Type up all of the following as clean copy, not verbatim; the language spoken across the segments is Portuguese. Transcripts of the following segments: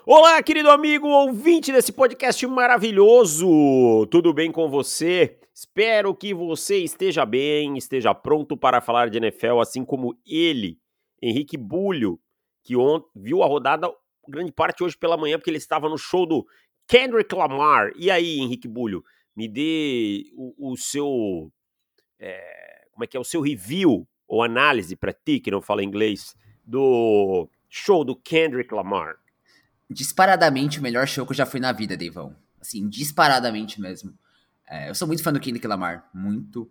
Olá, querido amigo ouvinte desse podcast maravilhoso! Tudo bem com você? Espero que você esteja bem, esteja pronto para falar de NFL, assim como ele, Henrique Bulho, que viu a rodada grande parte hoje pela manhã, porque ele estava no show do Kendrick Lamar. E aí, Henrique Bulho, me dê o seu... como é que é? O seu review ou análise para ti, que não fala inglês, do show do Kendrick Lamar. Disparadamente o melhor show que eu já fui na vida, Deivão. Assim, disparadamente mesmo. Eu sou muito fã do Kendrick Lamar, muito.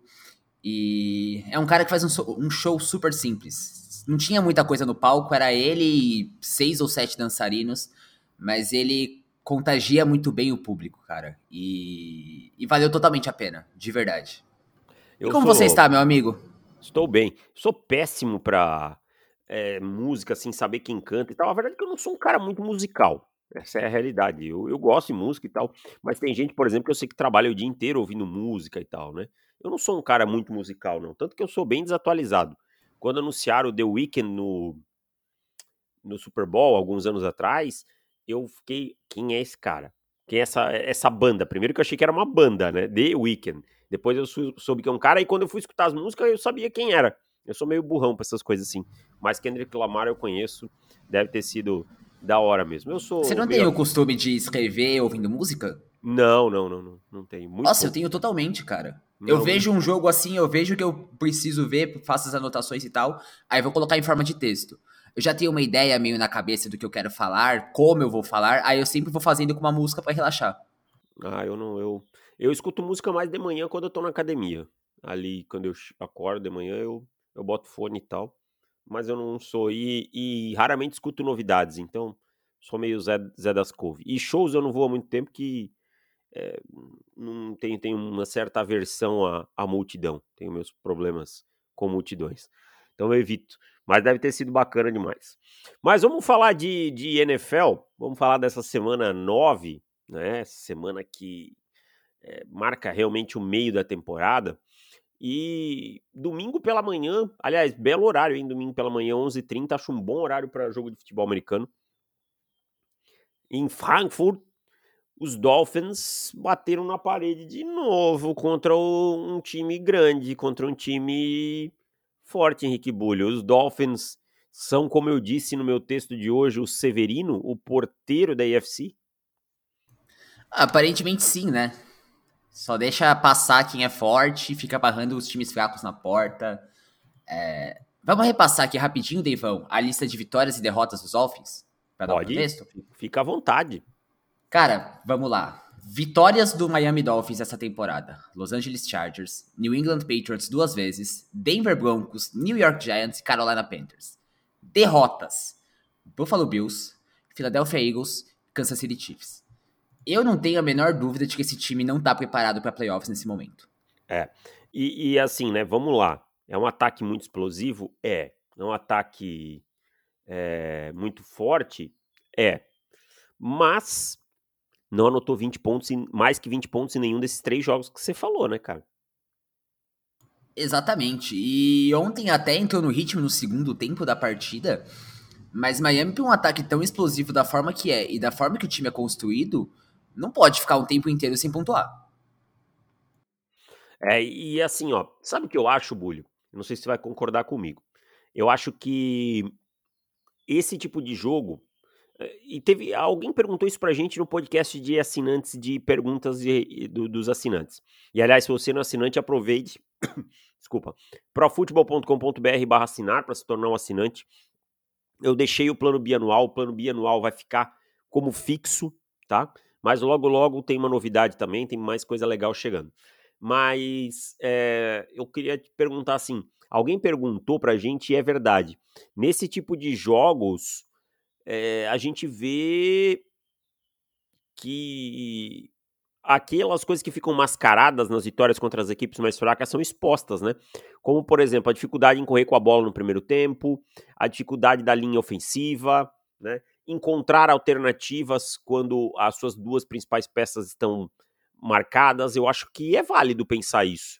E é um cara que faz um show super simples. Não tinha muita coisa no palco, era ele e 6 ou 7 dançarinos, mas ele contagia muito bem o público, cara. E valeu totalmente a pena, de verdade. E como você está, meu amigo? Estou bem. Sou péssimo pra música, assim, saber quem canta e tal. A verdade é que eu não sou um cara muito musical. Essa é a realidade. Eu gosto de música e tal, mas tem gente, por exemplo, que eu sei que trabalha o dia inteiro ouvindo música e tal, né? Eu não sou um cara muito musical, não. Tanto que eu sou bem desatualizado. Quando anunciaram o The Weeknd no Super Bowl, alguns anos atrás, eu fiquei, quem é esse cara? Quem é essa banda? Primeiro que eu achei que era uma banda, né? The Weeknd. Depois eu soube que é um cara, e quando eu fui escutar as músicas, eu sabia quem era. Eu sou meio burrão pra essas coisas assim. Mas Kendrick Lamar eu conheço, deve ter sido da hora mesmo. Eu Você sou não tem meio... o costume de escrever ouvindo música? Não tenho. Muito Nossa, eu pouco. tenho totalmente, cara. Eu Não, vejo um jogo assim, eu vejo que eu preciso ver, faço as anotações e tal, aí eu vou colocar em forma de texto. Eu já tenho uma ideia meio na cabeça do que eu quero falar, como eu vou falar, aí eu sempre vou fazendo com uma música pra relaxar. eu não, eu escuto música mais de manhã quando eu tô na academia. Ali, quando eu acordo de manhã, eu boto fone e tal. Mas eu não sou, e raramente escuto novidades, então sou meio Zé das Couve. E shows eu não vou há muito tempo que eh, não tenho uma certa aversão à multidão. Tenho meus problemas com multidões. Então eu evito. Mas deve ter sido bacana demais. Mas vamos falar de NFL. Vamos falar dessa semana 9, né? Essa semana que marca realmente o meio da temporada. E domingo pela manhã, aliás, belo horário, hein? Domingo pela manhã, 11h30, acho um bom horário para jogo de futebol americano. Em Frankfurt, os Dolphins bateram na parede de novo contra um time grande, contra um time forte, Henrique Bulho. Os Dolphins são, como eu disse no meu texto de hoje, o Severino, o porteiro da AFC. Aparentemente sim, né? Só deixa passar quem é forte, fica barrando os times fracos na porta. Vamos repassar aqui rapidinho, Deivão, a lista de vitórias e derrotas dos Dolphins, pra dar um Pode, contexto? fica à vontade. Cara, vamos lá. Vitórias do Miami Dolphins essa temporada: Los Angeles Chargers, New England Patriots 2 vezes, Denver Broncos, New York Giants e Carolina Panthers. Derrotas: Buffalo Bills, Philadelphia Eagles, Kansas City Chiefs. Eu não tenho a menor dúvida de que esse time não tá preparado para playoffs nesse momento. É. E assim, né? Vamos lá. É um ataque muito explosivo? É. É um ataque muito forte? É. Mas não anotou 20 pontos, mais que 20 pontos em nenhum desses 3 jogos que você falou, né, cara? Exatamente. E ontem até entrou no ritmo no segundo tempo da partida, mas Miami, para um ataque tão explosivo da forma que é e da forma que o time é construído, não pode ficar um tempo inteiro sem pontuar. E assim, ó, sabe o que eu acho, Bulho? Eu não sei se você vai concordar comigo. Eu acho que esse tipo de jogo, e teve alguém perguntou isso pra gente no podcast de assinantes, de perguntas dos assinantes. E aliás, se você não é assinante, aproveite, desculpa, profutebol.com.br/assinar para se tornar um assinante. Eu deixei o plano bianual vai ficar como fixo, tá? Mas logo logo tem uma novidade também, tem mais coisa legal chegando. Mas eu queria te perguntar assim, alguém perguntou pra gente, e é verdade, nesse tipo de jogos, a gente vê que aquelas coisas que ficam mascaradas nas vitórias contra as equipes mais fracas são expostas, né? Como, por exemplo, a dificuldade em correr com a bola no primeiro tempo, a dificuldade da linha ofensiva, né? Encontrar alternativas quando as suas duas principais peças estão marcadas. Eu acho que é válido pensar isso.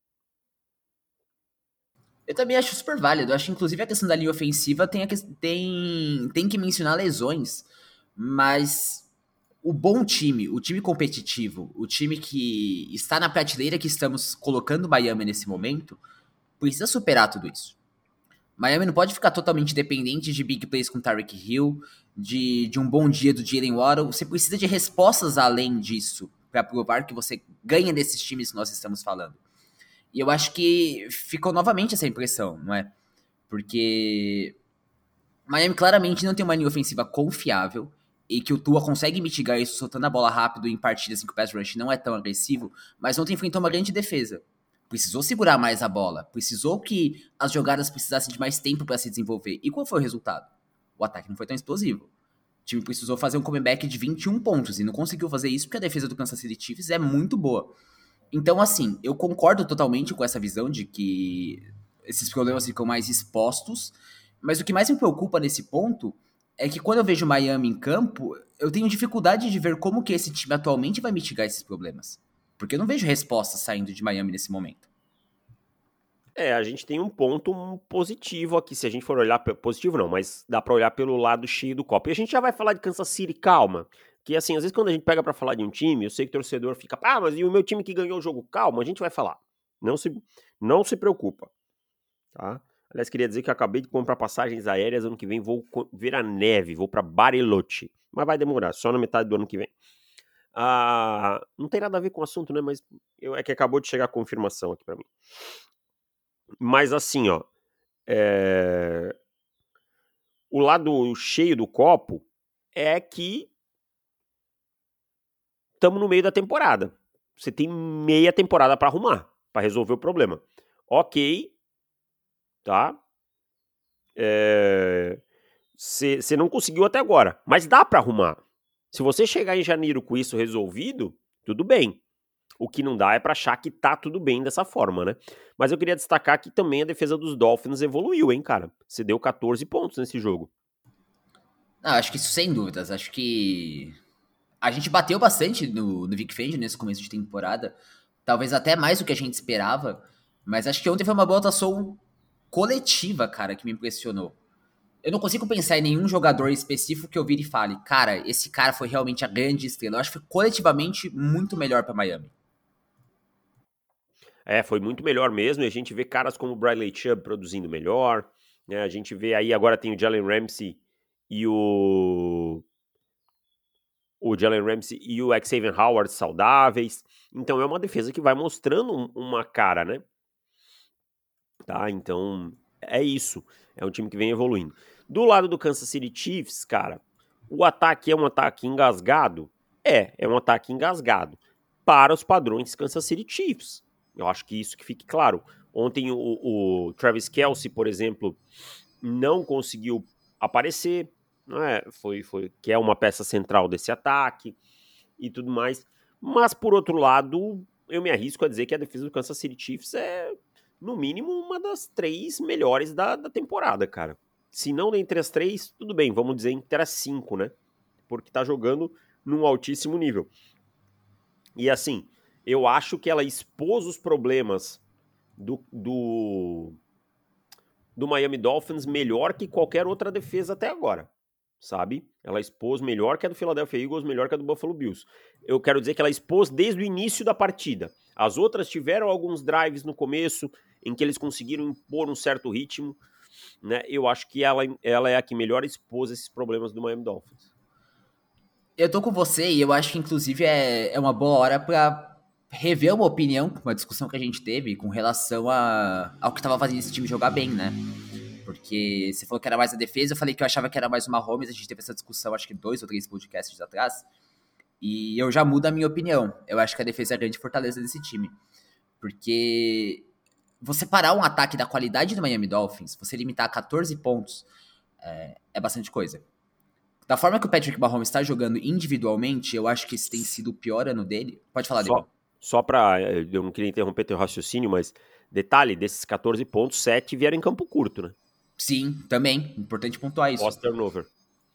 Eu também acho super válido. Eu acho, inclusive, a questão da linha ofensiva tem que mencionar lesões. Mas o bom time, o time competitivo, o time que está na prateleira que estamos colocando Miami nesse momento, precisa superar tudo isso. Miami não pode ficar totalmente dependente de big plays com Tyreek Hill, de um bom dia do Jalen Waddle. Você precisa de respostas além disso para provar que você ganha desses times que nós estamos falando. E eu acho que ficou novamente essa impressão, não é? Porque Miami claramente não tem uma linha ofensiva confiável e que o Tua consegue mitigar isso soltando a bola rápido em partidas em que o pass rush não é tão agressivo, mas ontem enfrentou uma grande defesa. Precisou segurar mais a bola, precisou que as jogadas precisassem de mais tempo para se desenvolver. E qual foi o resultado? O ataque não foi tão explosivo. O time precisou fazer um comeback de 21 pontos e não conseguiu fazer isso porque a defesa do Kansas City Chiefs é muito boa. Então, assim, eu concordo totalmente com essa visão de que esses problemas ficam mais expostos, mas o que mais me preocupa nesse ponto é que quando eu vejo Miami em campo, eu tenho dificuldade de ver como que esse time atualmente vai mitigar esses problemas. Porque eu não vejo respostas saindo de Miami nesse momento. A gente tem um ponto positivo aqui, se a gente for olhar, positivo não, mas dá pra olhar pelo lado cheio do copo. E a gente já vai falar de Kansas City, calma, que assim, às vezes quando a gente pega pra falar de um time, eu sei que o torcedor fica, mas e o meu time que ganhou o jogo? Calma, a gente vai falar, não se preocupa, tá? Aliás, queria dizer que eu acabei de comprar passagens aéreas, ano que vem vou ver a neve, vou pra Bariloche, mas vai demorar, só na metade do ano que vem. Não tem nada a ver com o assunto, né, mas é que acabou de chegar a confirmação aqui pra mim. Mas assim, ó, o lado cheio do copo é que estamos no meio da temporada. Você tem meia temporada para arrumar, para resolver o problema. Ok, tá? Você não conseguiu até agora, mas dá para arrumar. Se você chegar em janeiro com isso resolvido, tudo bem. O que não dá é pra achar que tá tudo bem dessa forma, né? Mas eu queria destacar que também a defesa dos Dolphins evoluiu, hein, cara? Você deu 14 pontos nesse jogo. Não, acho que isso sem dúvidas. Acho que a gente bateu bastante no Vic Fangio nesse começo de temporada. Talvez até mais do que a gente esperava. Mas acho que ontem foi uma boa atuação coletiva, cara, que me impressionou. Eu não consigo pensar em nenhum jogador específico que eu vire e fale, cara, esse cara foi realmente a grande estrela. Eu acho que foi coletivamente muito melhor para Miami. Foi muito melhor mesmo, e a gente vê caras como o Bradley Chubb produzindo melhor, né? A gente vê aí, agora tem o Jalen Ramsey e o Jalen Ramsey e o Xavier Howard saudáveis. Então é uma defesa que vai mostrando uma cara, né? Tá, então é isso. É um time que vem evoluindo. Do lado do Kansas City Chiefs, cara, o ataque é um ataque engasgado? É um ataque engasgado para os padrões Kansas City Chiefs. Eu acho que isso que fique claro. Ontem o Travis Kelce, por exemplo, não conseguiu aparecer, né? Que é uma peça central desse ataque e tudo mais. Mas, por outro lado, eu me arrisco a dizer que a defesa do Kansas City Chiefs é, no mínimo, uma das 3 melhores da temporada, cara. Se não entre as 3, tudo bem, vamos dizer entre as 5, né? Porque tá jogando num altíssimo nível. E assim, eu acho que ela expôs os problemas do Miami Dolphins melhor que qualquer outra defesa até agora, sabe? Ela expôs melhor que a do Philadelphia Eagles, melhor que a do Buffalo Bills. Eu quero dizer que ela expôs desde o início da partida. As outras tiveram alguns drives no começo em que eles conseguiram impor um certo ritmo, né? Eu acho que ela é a que melhor expôs esses problemas do Miami Dolphins. Eu tô com você e eu acho que, inclusive, é uma boa hora pra rever uma opinião, uma discussão que a gente teve com relação ao que tava fazendo esse time jogar bem, né? Porque você falou que era mais a defesa, eu falei que eu achava que era mais o Mahomes, a gente teve essa discussão acho que 2 ou 3 podcasts atrás, e eu já mudo a minha opinião. Eu acho que a defesa é a grande fortaleza desse time. Porque você parar um ataque da qualidade do Miami Dolphins, você limitar a 14 pontos, é bastante coisa. Da forma que o Patrick Mahomes está jogando individualmente, eu acho que esse tem sido o pior ano dele. Pode falar, Devon. Só pra... Eu não queria interromper teu raciocínio, mas detalhe, desses 14 pontos, 7 vieram em campo curto, né? Sim, também. Importante pontuar isso. Pós-turnover.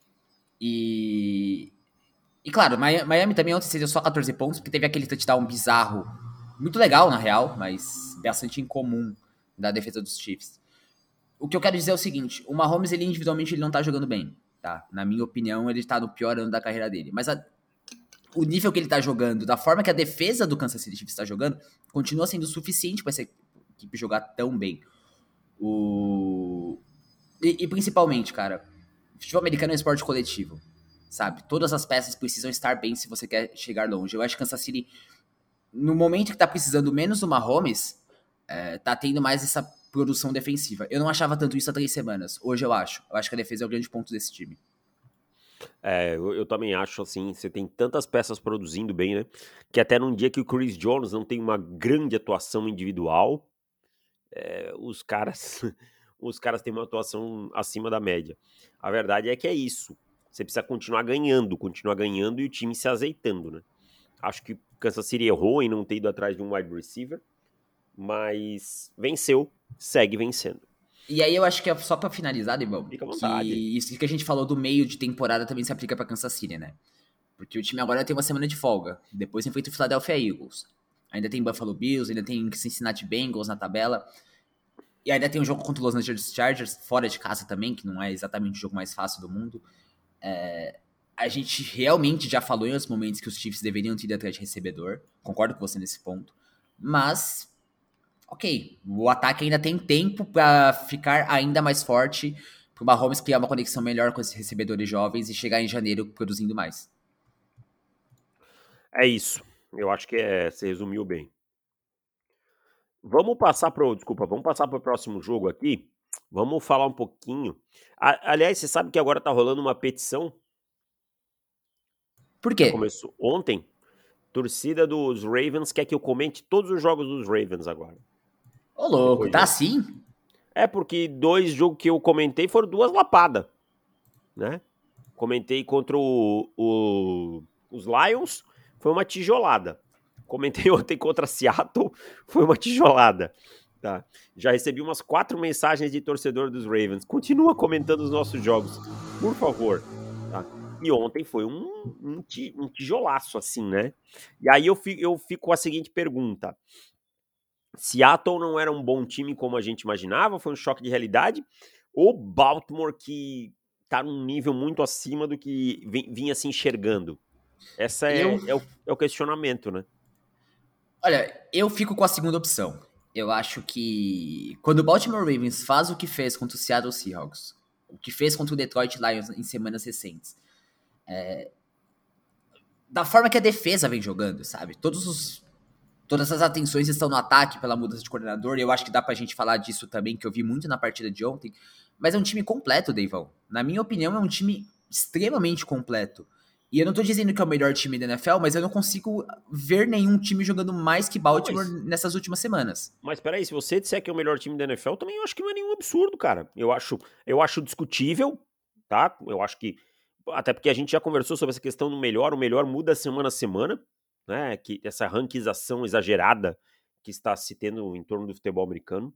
E claro, Miami também ontem cedeu só 14 pontos, porque teve aquele touchdown bizarro. Muito legal, na real, mas bastante incomum da defesa dos Chiefs. O que eu quero dizer é o seguinte, o Mahomes, ele individualmente ele não tá jogando bem. tá? Na minha opinião, ele tá no pior ano da carreira dele. Mas o nível que ele tá jogando, da forma que a defesa do Kansas City Chiefs tá jogando, continua sendo suficiente pra essa equipe jogar tão bem. E principalmente, cara, futebol americano é um esporte coletivo, sabe? Todas as peças precisam estar bem se você quer chegar longe. Eu acho que Kansas City, no momento que tá precisando menos do Mahomes, tá tendo mais essa produção defensiva. Eu não achava tanto isso há 3 semanas. Hoje eu acho. Eu acho que a defesa é o grande ponto desse time. Eu também acho assim, você tem tantas peças produzindo bem, né? Que até num dia que o Chris Jones não tem uma grande atuação individual, os caras os caras têm uma atuação acima da média. A verdade é que é isso. Você precisa continuar ganhando e o time se azeitando, né? Acho que Kansas City errou em não ter ido atrás de um wide receiver, mas venceu, segue vencendo. E aí eu acho que só pra finalizar, Devão, Fica à vontade. que isso que a gente falou do meio de temporada também se aplica pra Kansas City, né? Porque o time agora tem uma semana de folga. Depois enfrenta o Philadelphia Eagles. Ainda tem Buffalo Bills, ainda tem Cincinnati Bengals na tabela. E ainda tem um jogo contra os Los Angeles Chargers, fora de casa também, que não é exatamente o jogo mais fácil do mundo. A gente realmente já falou em outros momentos que os Chiefs deveriam ter ido atrás de recebedor. Concordo com você nesse ponto. Mas, ok, o ataque ainda tem tempo pra ficar ainda mais forte, pro Mahomes criar uma conexão melhor com esses recebedores jovens e chegar em janeiro produzindo mais. É isso. Eu acho que você resumiu bem. Vamos passar pro próximo jogo aqui. Vamos falar um pouquinho. Aliás, você sabe que agora tá rolando uma petição? Por Já quê? começou ontem. Torcida dos Ravens quer que eu comente todos os jogos dos Ravens agora. Ô, louco, Depois tá disso. assim? É porque 2 jogos que eu comentei foram 2 lapadas, né? Comentei contra os Lions, foi uma tijolada. Comentei ontem contra Seattle, foi uma tijolada. Tá. Já recebi umas 4 mensagens de torcedor dos Ravens. Continua comentando os nossos jogos, por favor. Tá. E ontem foi um tijolaço, assim, né? E aí eu fico com a seguinte pergunta. Seattle não era um bom time como a gente imaginava? Foi um choque de realidade? Ou Baltimore que tá num nível muito acima do que vinha se enxergando? Essa Eu, é o questionamento, né? olha, eu fico com a segunda opção. Eu acho que quando o Baltimore Ravens faz o que fez contra o Seattle Seahawks, o que fez contra o Detroit Lions em semanas recentes, da forma que a defesa vem jogando, sabe? Todas as atenções estão no ataque pela mudança de coordenador, e eu acho que dá pra gente falar disso também, que eu vi muito na partida de ontem. Mas é um time completo, Deivão. Na minha opinião, é um time extremamente completo. E eu não tô dizendo que é o melhor time da NFL, mas eu não consigo ver nenhum time jogando mais que Não, Baltimore nessas últimas semanas. mas peraí, se você disser que é o melhor time da NFL, também eu acho que não é nenhum absurdo, cara. Eu acho discutível, tá? Eu acho que. Até porque a gente já conversou sobre essa questão do melhor, o melhor muda semana a semana, né? Que essa ranquização exagerada que está se tendo em torno do futebol americano.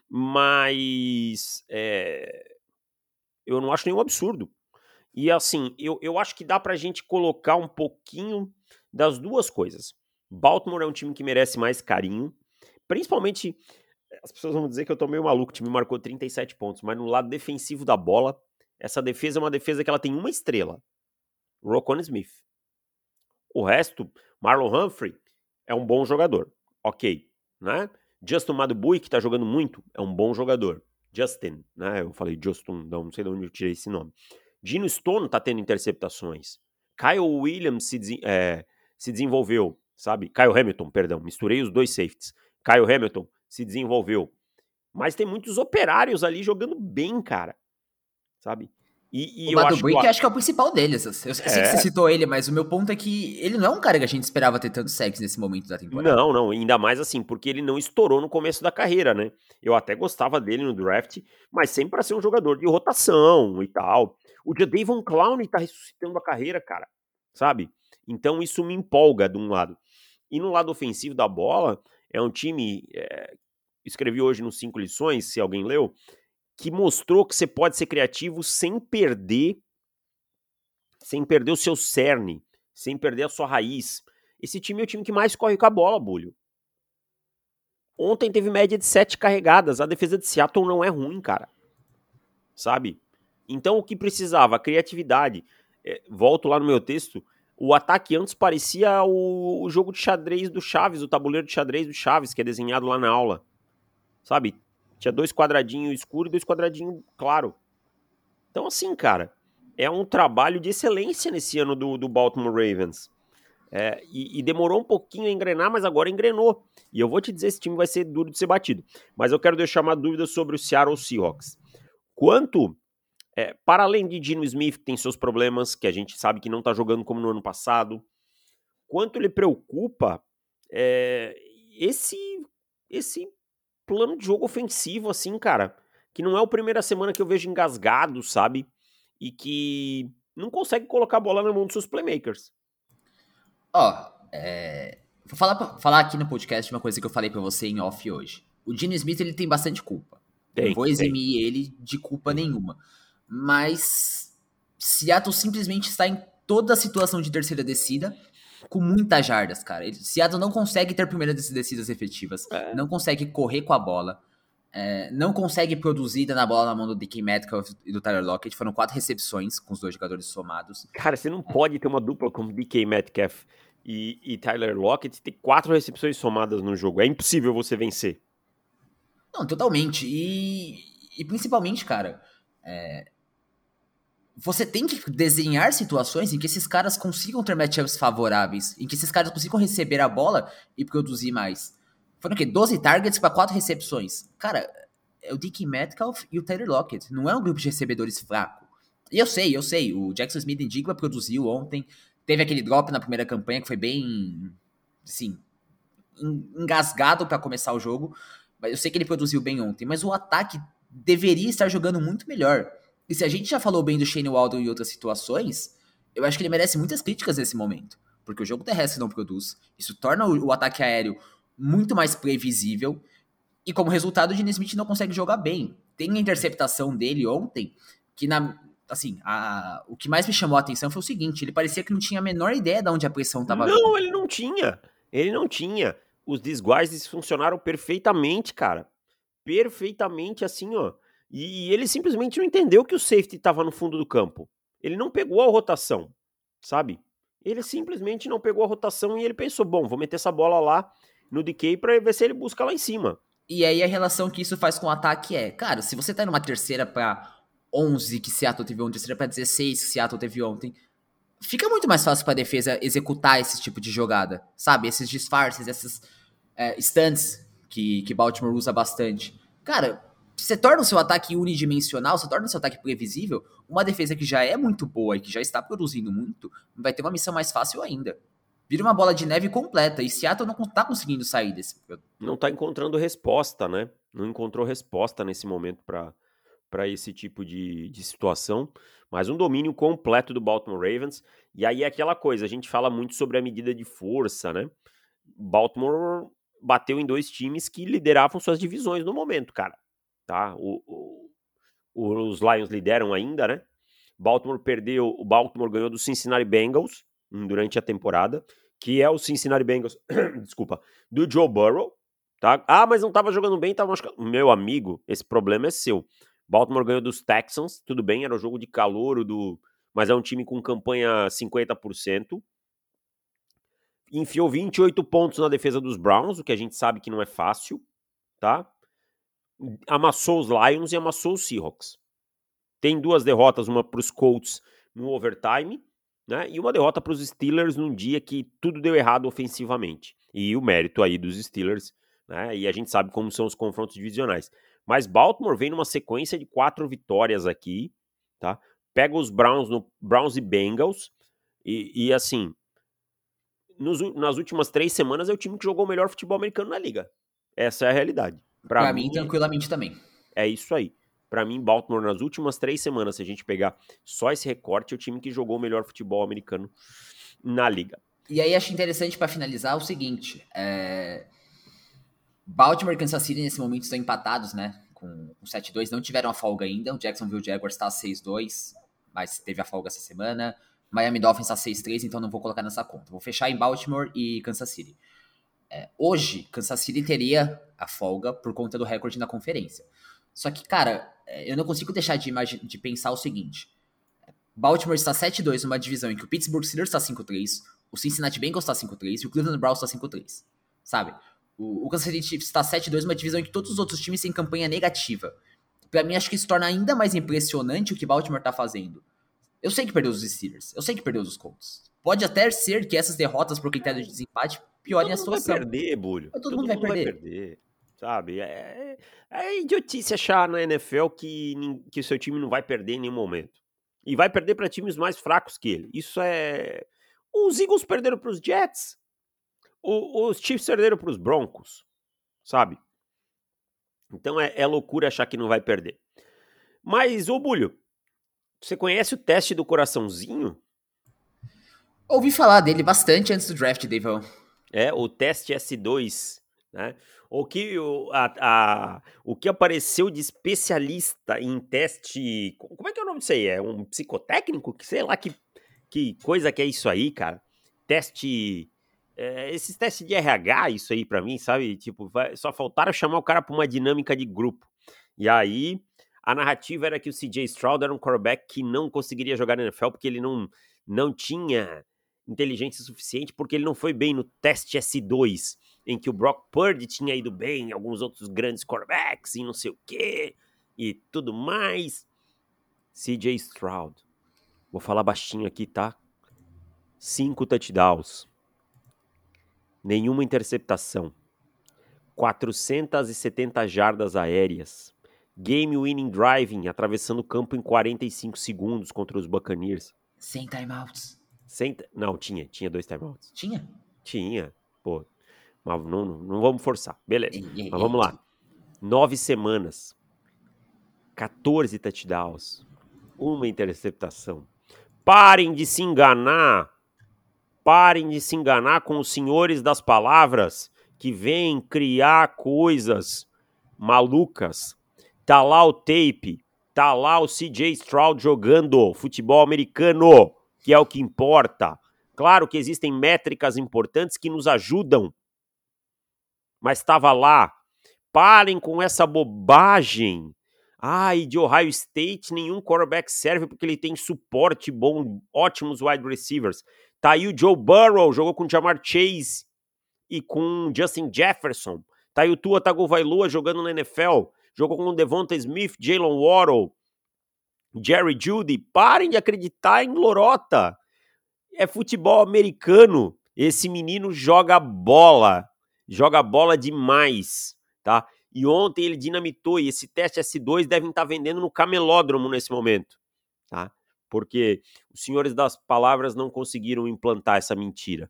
Mas eu não acho nenhum absurdo. E assim, eu acho que dá pra gente colocar um pouquinho das duas coisas. Baltimore é um time que merece mais carinho, principalmente. As pessoas vão dizer que eu tô meio maluco, o time marcou 37 pontos, mas no lado defensivo da bola, essa defesa é uma defesa que ela tem uma estrela, Roquan Smith. O resto, Marlon Humphrey é um bom jogador, ok, né? Justin Madubui, que tá jogando muito, é um bom jogador. Justin, né? Eu falei Justin, não sei de onde eu tirei esse nome. Gino Stone tá tendo interceptações. Kyle Williams se desenvolveu, sabe? Kyle Hamilton, perdão, misturei os dois safeties. Kyle Hamilton se desenvolveu. Mas tem muitos operários ali jogando bem, cara, sabe? E O eu Badu acho que Buick acho que é o principal deles. Eu sei que você é. citou ele, mas o meu ponto é que ele não é um cara que a gente esperava ter tanto sexo nesse momento da temporada. Não, não, ainda mais assim, porque ele não estourou no começo da carreira, né? Eu até gostava dele no draft, mas sempre para ser um jogador de rotação e tal. O Jadavion Clowney tá ressuscitando a carreira, cara, sabe? Então isso me empolga de um lado. E no lado ofensivo da bola, é um time, escrevi hoje nos 5 lições, se alguém leu, que mostrou que você pode ser criativo sem perder o seu cerne, sem perder a sua raiz. Esse time é o time que mais corre com a bola, Bulho. Ontem teve média de 7 carregadas. A defesa de Seattle não é ruim, cara. Sabe? Então, o que precisava? Criatividade. Volto lá no meu texto, o ataque antes parecia o jogo de xadrez do Chaves, o tabuleiro de xadrez do Chaves, que é desenhado lá na aula, sabe? Tinha 2 quadradinhos escuros e 2 quadradinhos claro. Então, assim, cara, é um trabalho de excelência nesse ano do Baltimore Ravens. E demorou um pouquinho a engrenar, mas agora engrenou. E eu vou te dizer, esse time vai ser duro de ser batido. Mas eu quero deixar uma dúvida sobre o Seattle Seahawks. Quanto, para além de Geno Smith, que tem seus problemas, que a gente sabe que não tá jogando como no ano passado, quanto lhe preocupa esse plano de jogo ofensivo, assim, cara, que não é a primeira semana que eu vejo engasgado, sabe? E que não consegue colocar a bola na mão dos seus playmakers. Ó, vou falar aqui no podcast uma coisa que eu falei pra você em off hoje. O Geno Smith, ele tem bastante culpa. Não vou eximir ele de culpa nenhuma. Mas Seattle simplesmente está em toda a situação de terceira descida com muitas jardas, cara. Seattle não consegue ter primeiras descidas efetivas, não consegue correr com a bola, não consegue produzir dando a bola na mão do DK Metcalf e do Tyler Lockett. Foram 4 recepções com os 2 jogadores somados. Cara, você não pode ter uma dupla como DK Metcalf e Tyler Lockett ter 4 recepções somadas no jogo. É impossível você vencer. Não, totalmente. E principalmente, cara, você tem que desenhar situações em que esses caras consigam ter matchups favoráveis, em que esses caras consigam receber a bola e produzir mais. Foram o quê? 12 targets para 4 recepções. Cara, é o DK Metcalf e o Tyler Lockett. Não é um grupo de recebedores fraco. E eu sei. O Jackson Smith-Njigba produziu ontem. Teve aquele drop na primeira campanha que foi bem, assim, engasgado para começar o jogo. Mas eu sei que ele produziu bem ontem. Mas o ataque deveria estar jogando muito melhor. E se a gente já falou bem do Shane Waldron em outras situações, eu acho que ele merece muitas críticas nesse momento. Porque o jogo terrestre não produz. Isso torna o ataque aéreo muito mais previsível. E como resultado, o Gene Smith não consegue jogar bem. Tem a interceptação dele ontem, que o que mais me chamou a atenção foi o seguinte, ele parecia que não tinha a menor ideia de onde a pressão estava vindo. Não, ele não tinha. Ele não tinha. Os disguises funcionaram perfeitamente, cara. Perfeitamente assim, ó. E ele simplesmente não entendeu que o safety estava no fundo do campo. Ele não pegou a rotação, sabe? Ele simplesmente não pegou a rotação e ele pensou, bom, vou meter essa bola lá no DK pra ver se ele busca lá em cima. E aí a relação que isso faz com o ataque cara, se você tá numa terceira pra 11 que Seattle teve ontem, terceira pra 16 que Seattle teve ontem, fica muito mais fácil pra defesa executar esse tipo de jogada, sabe? Esses disfarces, esses stunts que Baltimore usa bastante. Cara, você torna o seu ataque unidimensional, você torna o seu ataque previsível, uma defesa que já é muito boa e que já está produzindo muito, vai ter uma missão mais fácil ainda. Vira uma bola de neve completa, e Seattle não tá conseguindo sair desse... Não tá encontrando resposta, né? Não encontrou resposta nesse momento para esse tipo de situação, mas um domínio completo do Baltimore Ravens, e aí é aquela coisa, a gente fala muito sobre a medida de força, né? Baltimore bateu em 2 times que lideravam suas divisões no momento, cara, tá? Os Lions lideram ainda, né? O Baltimore ganhou do Cincinnati Bengals durante a temporada, que é o Cincinnati Bengals, desculpa, do Joe Burrow, tá? Ah, mas não tava jogando bem, tava machucado. Meu amigo, esse problema é seu. Baltimore ganhou dos Texans, tudo bem, era o jogo de calouro mas é um time com campanha 50%. Enfiou 28 pontos na defesa dos Browns, o que a gente sabe que não é fácil, tá? Amassou os Lions e amassou os Seahawks. Tem 2 derrotas, uma para os Colts no overtime, né? E uma derrota para os Steelers num dia que tudo deu errado ofensivamente. E o mérito aí dos Steelers, né? E a gente sabe como são os confrontos divisionais. Mas Baltimore vem numa sequência de 4 vitórias aqui, tá? Pega os Browns e Bengals e assim, nas últimas 3 semanas é o time que jogou o melhor futebol americano na liga. Essa é a realidade. Pra mim, tranquilamente também. É isso aí. Pra mim, Baltimore, nas últimas 3 semanas, se a gente pegar só esse recorte, é o time que jogou o melhor futebol americano na liga. E aí, acho interessante pra finalizar o seguinte, Baltimore e Kansas City nesse momento estão empatados, né, com 7-2, não tiveram a folga ainda, o Jacksonville Jaguars está 6-2, mas teve a folga essa semana, Miami Dolphins está 6-3, então não vou colocar nessa conta. Vou fechar em Baltimore e Kansas City. Hoje, Kansas City teria a folga por conta do recorde na conferência. Só que, cara, eu não consigo deixar de pensar o seguinte. Baltimore está 7-2 numa divisão em que o Pittsburgh Steelers está 5-3, o Cincinnati Bengals está 5-3 e o Cleveland Browns está 5-3, sabe? O Kansas City Chiefs está 7-2 numa divisão em que todos os outros times têm campanha negativa. Pra mim, acho que isso torna ainda mais impressionante o que Baltimore tá fazendo. Eu sei que perdeu os Steelers, eu sei que perdeu os Colts. Pode até ser que essas derrotas por critério de desempate piorem a Todo mundo vai situação. perder, Bulho. Mas todo mundo Todo vai mundo vai perder. perder, sabe? É idiotice achar na NFL que o seu time não vai perder em nenhum momento. E vai perder para times mais fracos que ele. Isso é... Os Eagles perderam para os Jets. Os Chiefs perderam para os Broncos, sabe? Então é loucura achar que não vai perder. Mas, ô Bulho, você conhece o teste do coraçãozinho? Ouvi falar dele bastante antes do draft, Davão. É, o teste S2, né? O que apareceu de especialista em teste... Como é que é o nome disso aí? É um psicotécnico? Que sei lá que coisa que é isso aí, cara. Teste... esses testes de RH, isso aí pra mim, sabe? Tipo, só faltaram chamar o cara pra uma dinâmica de grupo. E aí, a narrativa era que o CJ Stroud era um quarterback que não conseguiria jogar na NFL porque ele não tinha inteligência suficiente, porque ele não foi bem no teste S2, em que o Brock Purdy tinha ido bem, alguns outros grandes quarterbacks e não sei o quê, e tudo mais. CJ Stroud. Vou falar baixinho aqui, tá? 5 touchdowns. Nenhuma interceptação. 470 jardas aéreas. Game winning driving, atravessando o campo em 45 segundos contra os Buccaneers. Sem timeouts. Não, tinha 2 timeouts. Tinha? Tinha, pô. Mas não vamos forçar, beleza. Ei, Mas vamos lá. 9 semanas. 14 touchdowns. Uma interceptação. Parem de se enganar. Parem de se enganar com os senhores das palavras que vêm criar coisas malucas. Tá lá o tape. Tá lá o CJ Stroud jogando futebol americano, que é o que importa. Claro que existem métricas importantes que nos ajudam, mas estava lá. Parem com essa bobagem. E de Ohio State nenhum quarterback serve porque ele tem suporte bom, ótimos wide receivers. Tá aí o Joe Burrow, jogou com o Jamar Chase e com Justin Jefferson. Tá aí o Tua Tagovailoa jogando na NFL. Jogou com o Devonta Smith, Jalen Waddle, Jerry Jeudy. Parem de acreditar em lorota. É futebol americano. Esse menino joga bola demais, tá? E ontem ele dinamitou, e esse teste S2 devem estar vendendo no camelódromo nesse momento, tá? Porque os senhores das palavras não conseguiram implantar essa mentira.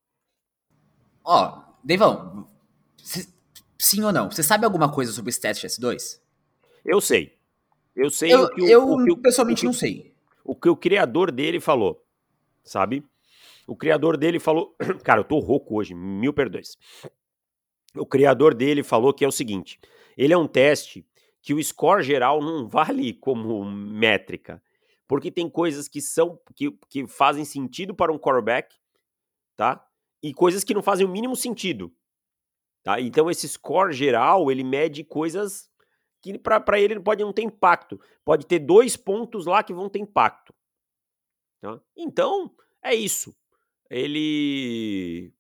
Ó, Devão, sim ou não? Você sabe alguma coisa sobre esse teste S2? Eu sei. Eu sei Eu pessoalmente não sei. O que o criador dele falou, sabe? O criador dele falou... Cara, eu tô rouco hoje, mil perdões. O criador dele falou que é o seguinte, ele é um teste que o score geral não vale como métrica, porque tem coisas que fazem sentido para um quarterback, tá? E coisas que não fazem o mínimo sentido, tá? Então esse score geral, ele mede coisas que para ele pode não ter impacto. Pode ter 2 pontos lá que vão ter impacto, tá? Então, é isso. Ele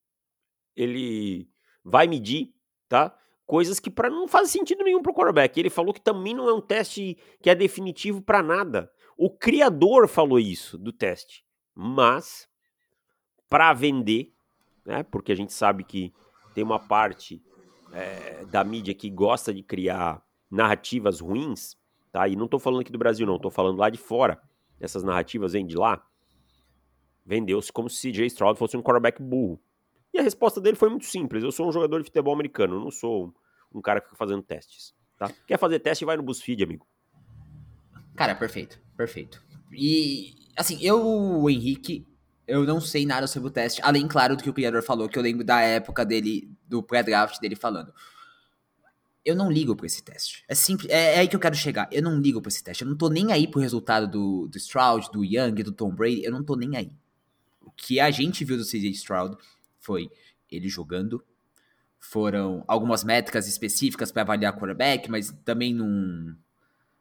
vai medir, tá? Coisas que não fazem sentido nenhum pro quarterback. Ele falou que também não é um teste que é definitivo para nada. O criador falou isso do teste, mas para vender, né? Porque a gente sabe que tem uma parte da mídia que gosta de criar narrativas ruins, tá? E não tô falando aqui do Brasil, não, tô falando lá de fora. Essas narrativas vêm de lá. Vendeu-se como se CJ Stroud fosse um quarterback burro. E a resposta dele foi muito simples. Eu sou um jogador de futebol americano, eu não sou um cara que fica fazendo testes, tá? Quer fazer teste, vai no BuzzFeed, amigo. Cara, perfeito, perfeito. E, assim, o Henrique, eu não sei nada sobre o teste, além, claro, do que o criador falou, que eu lembro da época dele, do pré-draft dele falando. Eu não ligo pra esse teste. É simples, é aí que eu quero chegar. Eu não ligo pra esse teste. Eu não tô nem aí pro resultado do Stroud, do Young, do Tom Brady. Eu não tô nem aí. O que a gente viu do CJ Stroud foi ele jogando. Foram algumas métricas específicas para avaliar quarterback, mas também não.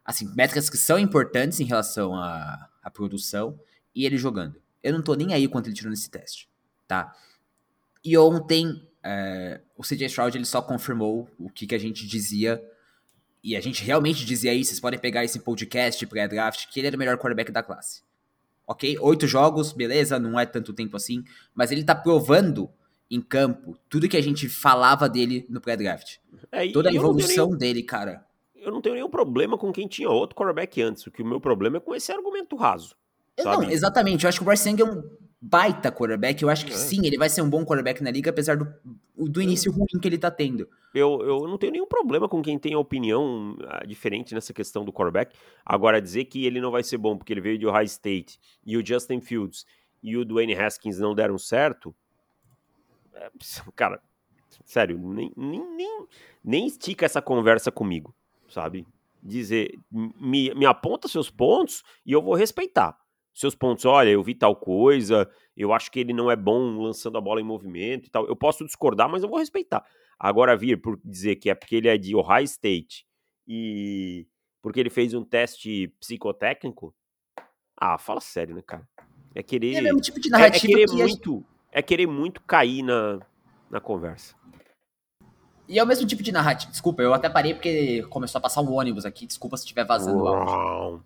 Assim, métricas que são importantes em relação à produção e ele jogando. Eu não tô nem aí quanto ele tirou nesse teste, tá? E ontem, o CJ Stroud ele só confirmou o que a gente dizia, e a gente realmente dizia isso, vocês podem pegar esse podcast pré-draft, que ele era o melhor quarterback da classe. Ok? 8 jogos, beleza, não é tanto tempo assim, mas ele tá provando em campo tudo que a gente falava dele no pré-draft. Toda a E evolução dele, cara. eu não tenho nenhum problema com quem tinha outro quarterback antes. O que o meu problema é com esse argumento raso, Não, sabe? exatamente. Eu acho que o Bryce Young é um baita quarterback. Eu acho que sim, ele vai ser um bom quarterback na liga, apesar do início ruim que ele tá tendo. Eu não tenho nenhum problema com quem tem opinião diferente nessa questão do quarterback. Agora, dizer que ele não vai ser bom porque ele veio de Ohio State e o Justin Fields e o Dwayne Haskins não deram certo, cara, sério, nem estica essa conversa comigo, sabe? Dizer, me aponta seus pontos e eu vou respeitar. Seus pontos, olha, eu vi tal coisa, eu acho que ele não é bom lançando a bola em movimento e tal. Eu posso discordar, mas eu vou respeitar. Agora vir por dizer que é porque ele é de Ohio State e porque ele fez um teste psicotécnico, fala sério, né, cara? É E é o mesmo querer, tipo de narrativa é querer muito cair na conversa. E é o mesmo tipo de narrativa. Desculpa, eu até parei porque começou a passar um ônibus aqui. Desculpa se estiver vazando o áudio.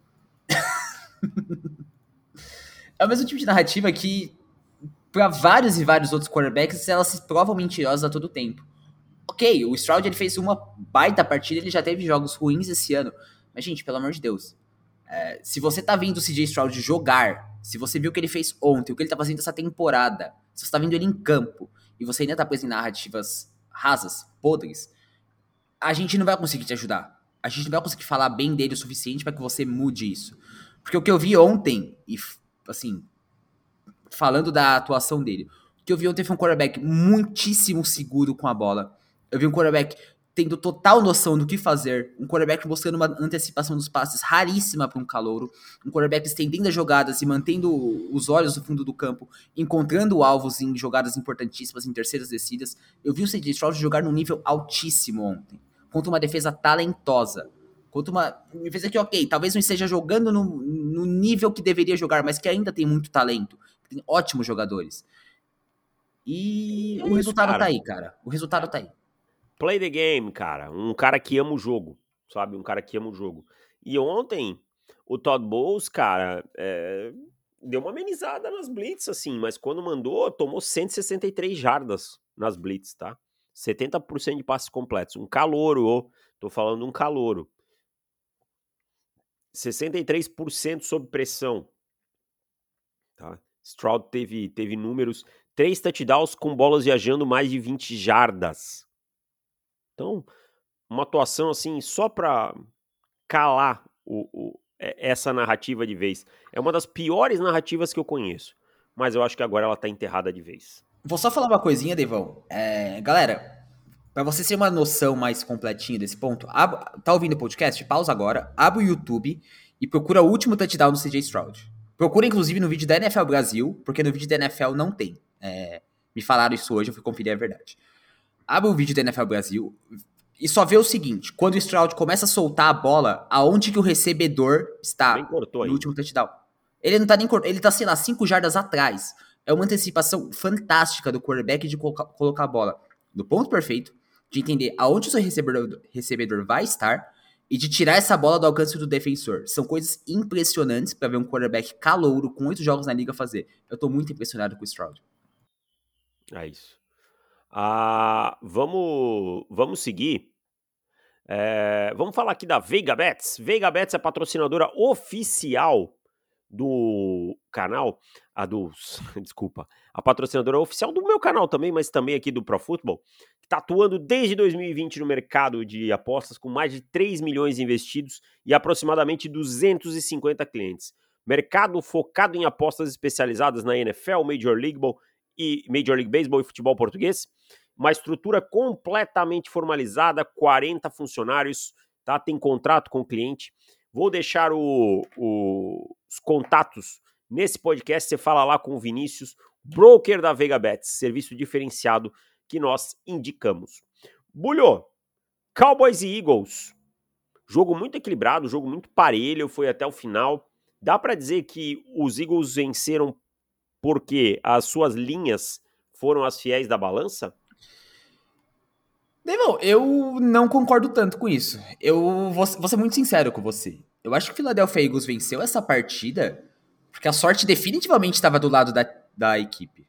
É o mesmo tipo de narrativa que, pra vários e vários outros quarterbacks, elas se provam mentirosas a todo tempo. Ok, o Stroud ele fez uma baita partida, ele já teve jogos ruins esse ano. Mas, gente, pelo amor de Deus. Se você tá vendo o CJ Stroud jogar, se você viu o que ele fez ontem, o que ele tá fazendo essa temporada, se você tá vendo ele em campo, e você ainda tá preso em narrativas rasas, podres, a gente não vai conseguir te ajudar. A gente não vai conseguir falar bem dele o suficiente para que você mude isso. Porque o que eu vi ontem, e assim, falando da atuação dele, o que eu vi ontem foi um quarterback muitíssimo seguro com a bola. Eu vi um quarterback tendo total noção do que fazer, um quarterback mostrando uma antecipação dos passes raríssima para um calouro, um quarterback estendendo as jogadas e mantendo os olhos no fundo do campo, encontrando alvos em jogadas importantíssimas, em terceiras descidas. Eu vi o CJ Stroud jogar num nível altíssimo ontem, contra uma defesa talentosa, contra uma defesa que, ok, talvez não esteja jogando no nível que deveria jogar, mas que ainda tem muito talento, tem ótimos jogadores. E o resultado tá aí, cara. O resultado tá aí. Play the game, cara. Um cara que ama o jogo, sabe? Um cara que ama o jogo. E ontem, o Todd Bowles, cara, deu uma amenizada nas blitz, assim, mas quando mandou, tomou 163 jardas nas blitz, tá? 70% de passes completos. Um calouro, tô falando de um calouro. 63% sob pressão, tá? Stroud teve números, 3 touchdowns com bolas viajando mais de 20 jardas. Então, uma atuação assim, só pra calar essa narrativa de vez. É uma das piores narrativas que eu conheço, mas eu acho que agora ela tá enterrada de vez. Vou só falar uma coisinha, Devão. Galera, pra você ter uma noção mais completinha desse ponto, tá ouvindo o podcast? Pausa agora, abre o YouTube e procura o último touchdown do CJ Stroud. Procura, inclusive, no vídeo da NFL Brasil, porque no vídeo da NFL não tem. Me falaram isso hoje, eu fui conferir a verdade. Abre o vídeo da NFL Brasil e só vê o seguinte: quando o Stroud começa a soltar a bola, aonde que o recebedor está no último touchdown? Ele não tá nem cortando, ele tá, sei lá, 5 jardas atrás. É uma antecipação fantástica do quarterback de colocar a bola no ponto perfeito, de entender aonde o seu recebedor vai estar e de tirar essa bola do alcance do defensor. São coisas impressionantes para ver um quarterback calouro com 8 jogos na liga fazer. Eu tô muito impressionado com o Stroud. É isso. Vamos seguir. Vamos falar aqui da Veiga Bets. Veiga Bets é a patrocinadora oficial do canal. Desculpa. A patrocinadora oficial do meu canal também, mas também aqui do Pro Football. Que está atuando desde 2020 no mercado de apostas com mais de 3 milhões investidos e aproximadamente 250 clientes. Mercado focado em apostas especializadas na NFL, Major League Baseball e futebol português. Uma estrutura completamente formalizada, 40 funcionários, tá? Tem contrato com o cliente. Vou deixar os contatos nesse podcast. Você fala lá com o Vinícius, broker da Veiga Bets, serviço diferenciado que nós indicamos. Bulho, Cowboys e Eagles. Jogo muito equilibrado, jogo muito parelho, foi até o final. Dá pra dizer que os Eagles venceram porque as suas linhas foram as fiéis da balança? Devon, eu não concordo tanto com isso. Eu vou ser muito sincero com você. Eu acho que o Philadelphia Eagles venceu essa partida porque a sorte definitivamente estava do lado da equipe.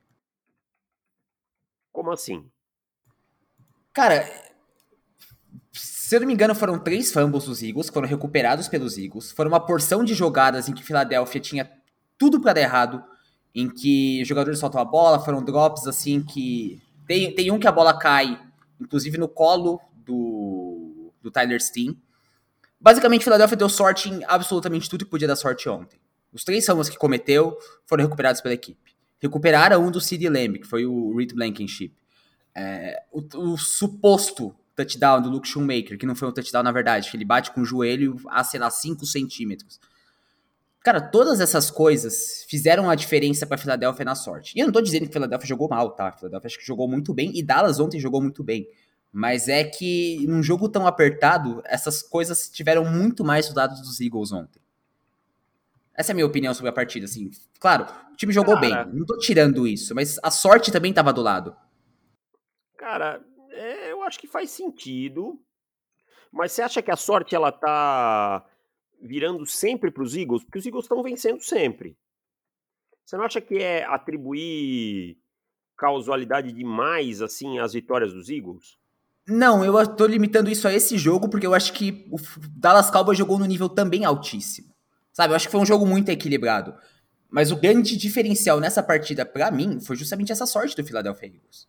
Como assim? Cara, se eu não me engano, foram 3 fumbles dos Eagles, que foram recuperados pelos Eagles. Foram uma porção de jogadas em que Philadelphia tinha tudo pra dar errado, em que os jogadores soltam a bola, foram drops assim que... Tem um que a bola cai, inclusive no colo do Tyler Steen. Basicamente, Philadelphia deu sorte em absolutamente tudo que podia dar sorte ontem. Os 3 fumbles que cometeu foram recuperados pela equipe. Recuperaram um do CeeDee Lamb, que foi o Reed Blankenship. O suposto touchdown do Luke Shoemaker, que não foi um touchdown na verdade, que ele bate com o joelho a, sei lá, 5 centímetros. Cara, todas essas coisas fizeram a diferença pra Philadelphia na sorte. E eu não tô dizendo que Philadelphia jogou mal, tá? Philadelphia acho que jogou muito bem e Dallas ontem jogou muito bem. Mas é que num jogo tão apertado, essas coisas tiveram muito mais do lado dos Eagles ontem. Essa é a minha opinião sobre a partida, assim. Claro, o time jogou bem, Cara, não tô tirando isso, mas a sorte também tava do lado. cara, eu acho que faz sentido, mas você acha que a sorte ela tá virando sempre para os Eagles? Porque os Eagles estão vencendo sempre. Você não acha que é atribuir causalidade demais, assim, às vitórias dos Eagles? Não, eu tô limitando isso a esse jogo porque eu acho que o Dallas Cowboys jogou no nível também altíssimo. Sabe, eu acho que foi um jogo muito equilibrado. Mas o grande diferencial nessa partida, pra mim, foi justamente essa sorte do Philadelphia Eagles.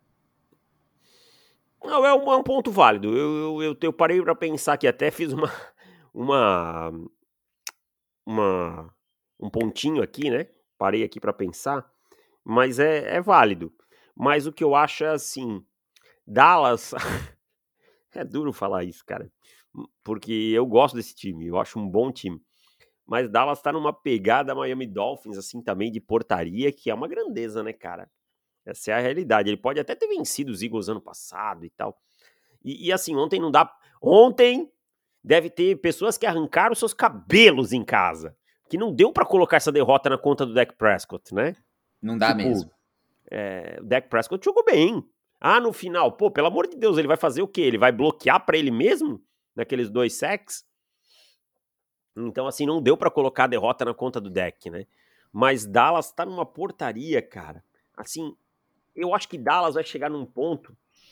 Não, é um ponto válido. Eu parei pra pensar aqui, até fiz uma, uma um pontinho aqui, né? Parei aqui pra pensar, mas é válido. Mas o que eu acho é assim, Dallas, é duro falar isso, cara, porque eu gosto desse time, eu acho um bom time. Mas Dallas tá numa pegada Miami Dolphins, assim, também de portaria, que é uma grandeza, né, cara? Essa é a realidade. Ele pode até ter vencido os Eagles ano passado e tal. E assim, ontem não dá. Ontem deve ter pessoas que arrancaram seus cabelos em casa. Que não deu pra colocar essa derrota na conta do Dak Prescott, né? Não dá Tipo, mesmo. o Dak Prescott jogou bem. Ah, no final, pô, pelo amor de Deus, ele vai fazer o quê? Ele vai bloquear pra ele mesmo? Naqueles 2 sacks? Então, assim, não deu pra colocar a derrota na conta do Dak, né? Mas Dallas tá numa portaria, cara. Assim, eu acho que Dallas vai chegar num ponto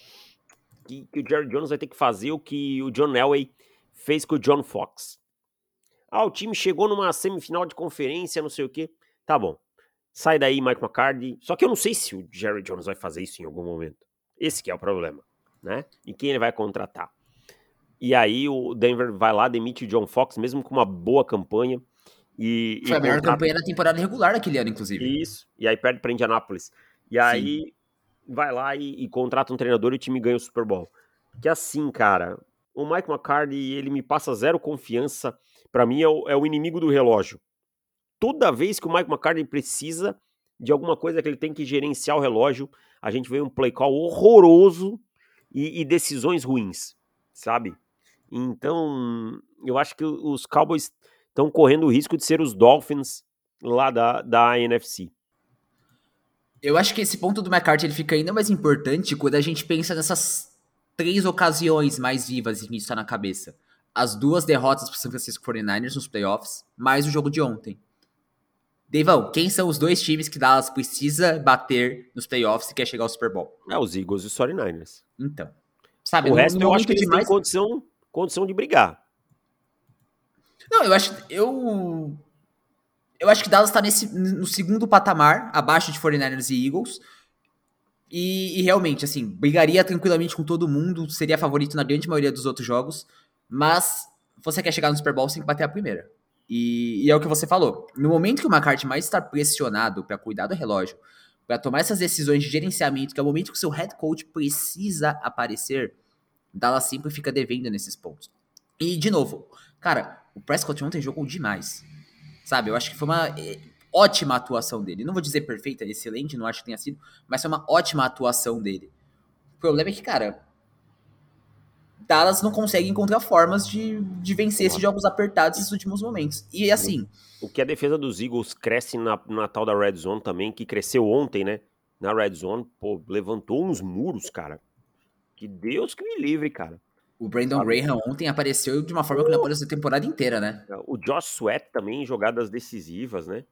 que o Jerry Jones vai ter que fazer o que o John Elway fez com o John Fox. Ah, o time chegou numa semifinal de conferência, não sei o quê. Tá bom. Sai daí, Mike McCarthy. Só que eu não sei se o Jerry Jones vai fazer isso em algum momento. Esse que é o problema, né? E quem ele vai contratar. E aí o Denver vai lá, demite o John Fox, mesmo com uma boa campanha. E Foi a melhor contrata campanha da temporada regular daquele ano, inclusive. isso. E aí perde para Indianapolis. E Sim. aí vai lá e contrata um treinador e o time ganha o Super Bowl. Que assim, cara, o Mike McCarthy, ele me passa zero confiança. Pra mim é o inimigo do relógio. Toda vez que o Mike McCarthy precisa de alguma coisa que ele tem que gerenciar o relógio, a gente vê um play call horroroso e decisões ruins, sabe? Então, eu acho que os Cowboys estão correndo o risco de ser os Dolphins lá da NFC. Eu acho que esse ponto do McCarthy ele fica ainda mais importante quando a gente pensa nessas 3 ocasiões mais vivas em que isso tá na cabeça. As 2 derrotas pro San Francisco 49ers nos playoffs, mais o jogo de ontem. Deivão, quem são os 2 times que Dallas precisa bater nos playoffs e quer chegar ao Super Bowl? É os Eagles e os 49ers. Então, sabe, O no resto eu acho que momento de eles têm mais... condição de brigar. Não, eu acho que Dallas tá no segundo patamar, abaixo de 49ers e Eagles. E realmente, assim, brigaria tranquilamente com todo mundo, seria favorito na grande maioria dos outros jogos, mas você quer chegar no Super Bowl, você tem que bater a primeira. E é o que você falou. No momento que o McCarthy mais está pressionado para cuidar do relógio, para tomar essas decisões de gerenciamento, que é o momento que o seu head coach precisa aparecer, Dallas sempre fica devendo nesses pontos. E, de novo, cara, o Prescott ontem jogou demais. Sabe, eu acho que foi uma ótima atuação dele. Não vou dizer perfeita, excelente, não acho que tenha sido, mas foi uma ótima atuação dele. O problema é que, cara, Dallas não consegue encontrar formas de vencer esses Nossa. jogos apertados nesses últimos momentos. E assim, O que a defesa dos Eagles cresce na tal da Red Zone também, que cresceu ontem, né? Na Red Zone, pô, levantou uns muros, cara. Que Deus que me livre, cara. o Brandon Sabe? Graham ontem apareceu de uma forma que não apareceu a temporada inteira, né? O Josh Sweat também em jogadas decisivas, né?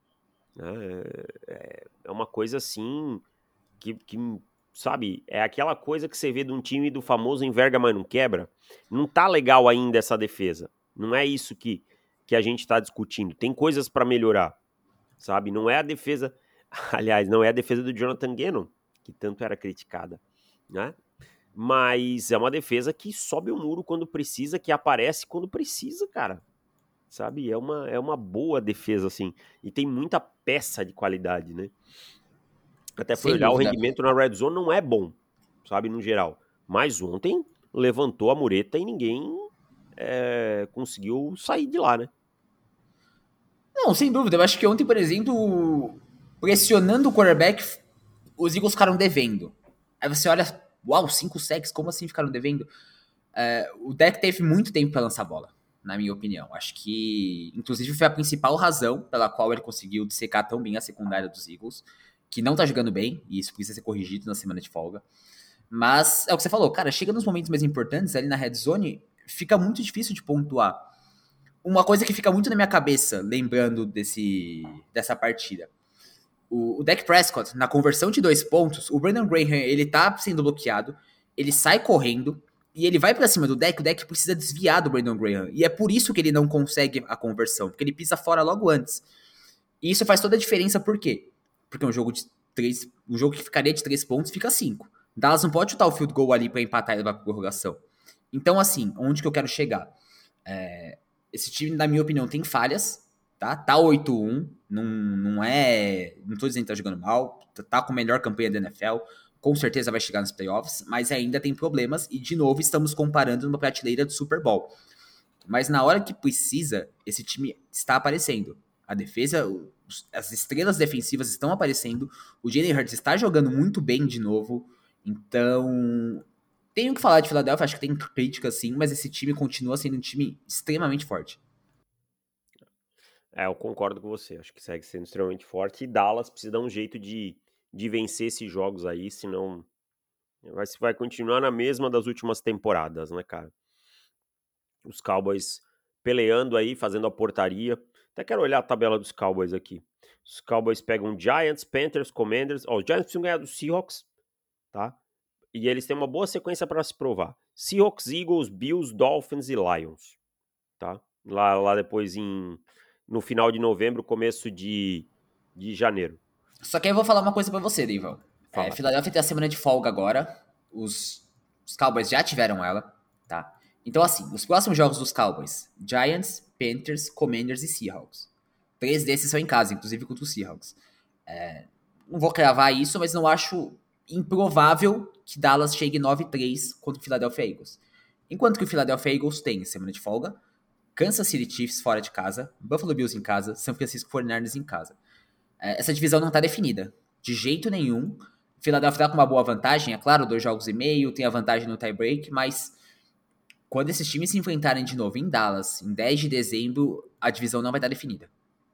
É uma coisa assim que, sabe, é aquela coisa que você vê de um time do famoso enverga, mas não quebra. Não tá legal ainda essa defesa. Não é isso que a gente tá discutindo. Tem coisas pra melhorar, sabe? Não é a defesa. Aliás, não é a defesa do Jonathan Gannon, que tanto era criticada, né? Mas é uma defesa que sobe o muro quando precisa, que aparece quando precisa, cara. Sabe? É uma boa defesa, assim. E tem muita peça de qualidade, né? Até fui Sem olhar, o dúvida. rendimento na Red Zone não é bom, sabe? No geral. Mas ontem levantou a mureta e ninguém conseguiu sair de lá, né? Não, sem dúvida. Eu acho que ontem, por exemplo, pressionando o quarterback, os Eagles ficaram devendo. Aí você olha, uau, 5 sacks, como assim ficaram devendo? O deck teve muito tempo para lançar a bola, na minha opinião. Acho que, inclusive, foi a principal razão pela qual ele conseguiu dissecar tão bem a secundária dos Eagles, que não tá jogando bem, e isso precisa ser corrigido na semana de folga. Mas é o que você falou, cara, chega nos momentos mais importantes, ali na red zone, fica muito difícil de pontuar. Uma coisa que fica muito na minha cabeça, lembrando dessa partida. O Dak Prescott, na conversão de 2 pontos, o Brandon Graham, ele tá sendo bloqueado, ele sai correndo, e ele vai pra cima do Dak, o Dak precisa desviar do Brandon Graham. E é por isso que ele não consegue a conversão, porque ele pisa fora logo antes. E isso faz toda a diferença, por quê? Porque um jogo que ficaria de 3 pontos fica 5. Dallas não pode chutar o field goal ali pra empatar e levar pra prorrogação. Então, assim, onde que eu quero chegar? Esse time, na minha opinião, tem falhas, tá? Tá 8-1, não é. Não tô dizendo que tá jogando mal, tá com a melhor campanha da NFL, com certeza vai chegar nos playoffs, mas ainda tem problemas e, de novo, estamos comparando numa prateleira do Super Bowl. Mas na hora que precisa, esse time está aparecendo. A defesa, as estrelas defensivas estão aparecendo, o Jalen Hurts está jogando muito bem de novo, então tenho que falar de Philadelphia, acho que tem crítica sim, mas esse time continua sendo um time extremamente forte. Eu concordo com você. Acho que segue sendo extremamente forte. E Dallas precisa dar um jeito de vencer esses jogos aí, senão vai continuar na mesma das últimas temporadas, né, cara? Os Cowboys peleando aí, fazendo a portaria. Até quero olhar a tabela dos Cowboys aqui. Os Cowboys pegam Giants, Panthers, Commanders. Ó, os Giants precisam ganhar dos Seahawks, tá? E eles têm uma boa sequência para se provar. Seahawks, Eagles, Bills, Dolphins e Lions, tá? Lá depois no final de novembro, começo de janeiro. Só que aí eu vou falar uma coisa pra você, Deivão. Fala. Philadelphia tem a semana de folga agora, os Cowboys já tiveram ela, tá? Então, assim, os próximos jogos dos Cowboys: Giants, Panthers, Commanders e Seahawks. 3 desses são em casa, inclusive contra os Seahawks. Não vou cravar isso, mas não acho improvável que Dallas chegue 9-3 contra o Philadelphia Eagles. Enquanto que o Philadelphia Eagles tem semana de folga, Kansas City Chiefs fora de casa, Buffalo Bills em casa, San Francisco 49ers em casa. Essa divisão não tá definida, de jeito nenhum. Philadelphia tá com uma boa vantagem, é claro, 2 jogos e meio, tem a vantagem no tie-break, mas quando esses times se enfrentarem de novo em Dallas, em 10 de dezembro, a divisão não vai estar definida.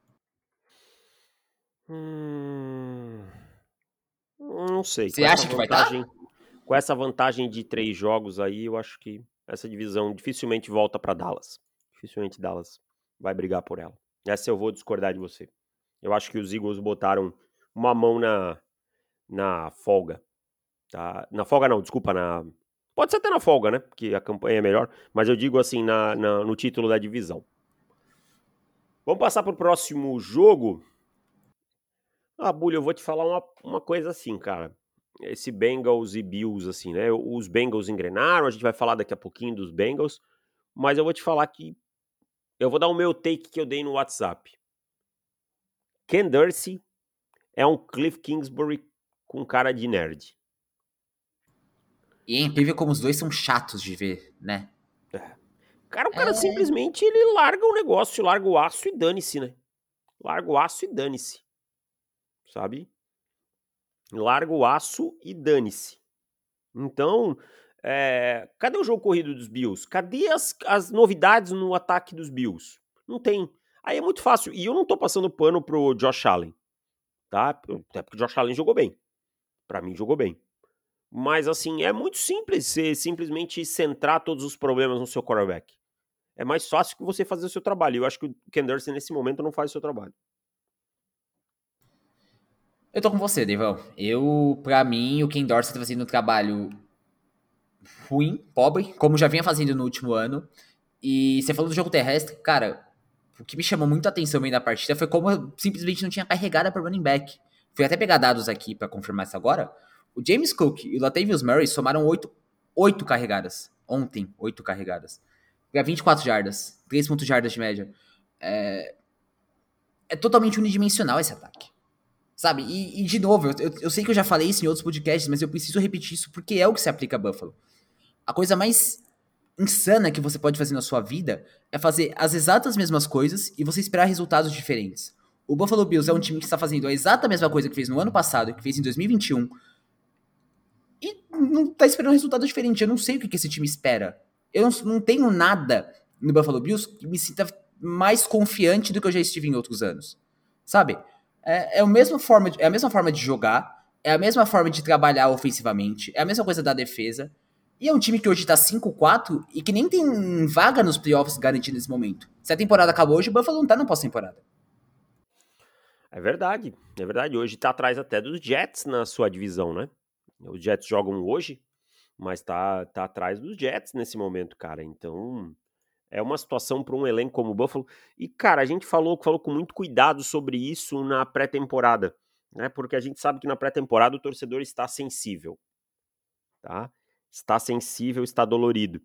Não sei. Você acha que vai estar? Com essa vantagem de 3 jogos aí, eu acho que essa divisão dificilmente volta para Dallas. Dificilmente Dallas vai brigar por ela. Essa eu vou discordar de você. Eu acho que os Eagles botaram uma mão na folga. Tá? Na folga não, desculpa, pode ser até na folga, né? Porque a campanha é melhor, mas eu digo assim, no título da divisão. Vamos passar pro próximo jogo. Bulha, eu vou te falar uma coisa assim, cara. Esse Bengals e Bills, assim, né? Os Bengals engrenaram, a gente vai falar daqui a pouquinho dos Bengals, mas eu vou te falar que eu vou dar o meu take que eu dei no WhatsApp. Ken Dorsey é um Cliff Kingsbury com cara de nerd. E é incrível como os dois são chatos de ver, né? Cara, o cara simplesmente ele larga o negócio, larga o aço e dane-se, né? Larga o aço e dane-se. Sabe? Larga o aço e dane-se. Então, Cadê o jogo corrido dos Bills? Cadê as novidades no ataque dos Bills? Não tem. Aí é muito fácil. E eu não tô passando pano pro Josh Allen, tá? Até porque o Josh Allen jogou bem. Pra mim, jogou bem. Mas, assim, é muito simples você simplesmente centrar todos os problemas no seu quarterback. É mais fácil que você fazer o seu trabalho. Eu acho que o Ken Dorsey, nesse momento, não faz o seu trabalho. Eu tô com você, Deivão. Pra mim, o Ken Dorsey tá fazendo um trabalho ruim, pobre, como já vinha fazendo no último ano. E você falou do jogo terrestre, cara, o que me chamou muito a atenção aí na partida foi como eu simplesmente não tinha carregada para running back. Fui até pegar dados aqui para confirmar isso agora. O James Cook e o Latavius Murray somaram oito carregadas. Ontem, 8 carregadas. Para 24 jardas, 3 jardas de média. É totalmente unidimensional esse ataque. Sabe? E de novo, eu sei que eu já falei isso em outros podcasts, mas eu preciso repetir isso porque é o que se aplica a Buffalo. A coisa mais insana que você pode fazer na sua vida é fazer as exatas mesmas coisas e você esperar resultados diferentes. O Buffalo Bills é um time que está fazendo a exata mesma coisa que fez no ano passado, que fez em 2021, e não está esperando resultado diferente. Eu não sei o que esse time espera. Eu não tenho nada no Buffalo Bills que me sinta mais confiante do que eu já estive em outros anos. Sabe? É a mesma forma de jogar, é a mesma forma de trabalhar ofensivamente, é a mesma coisa da defesa. E é um time que hoje tá 5-4 e que nem tem vaga nos playoffs garantida nesse momento. Se a temporada acabou hoje, o Buffalo não tá na pós-temporada. É verdade, é verdade. Hoje tá atrás até dos Jets na sua divisão, né? Os Jets jogam hoje, mas tá atrás dos Jets nesse momento, cara. Então, é uma situação para um elenco como o Buffalo. E, cara, a gente falou com muito cuidado sobre isso na pré-temporada, né? Porque a gente sabe que na pré-temporada o torcedor está sensível, tá? Está sensível, está dolorido.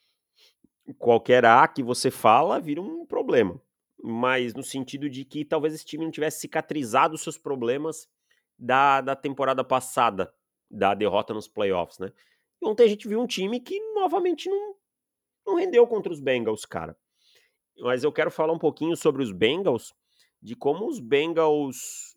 Qualquer A que você fala vira um problema. Mas no sentido de que talvez esse time não tivesse cicatrizado os seus problemas da temporada passada, da derrota nos playoffs, né? E ontem a gente viu um time que novamente não rendeu contra os Bengals, cara. Mas eu quero falar um pouquinho sobre os Bengals, de como os Bengals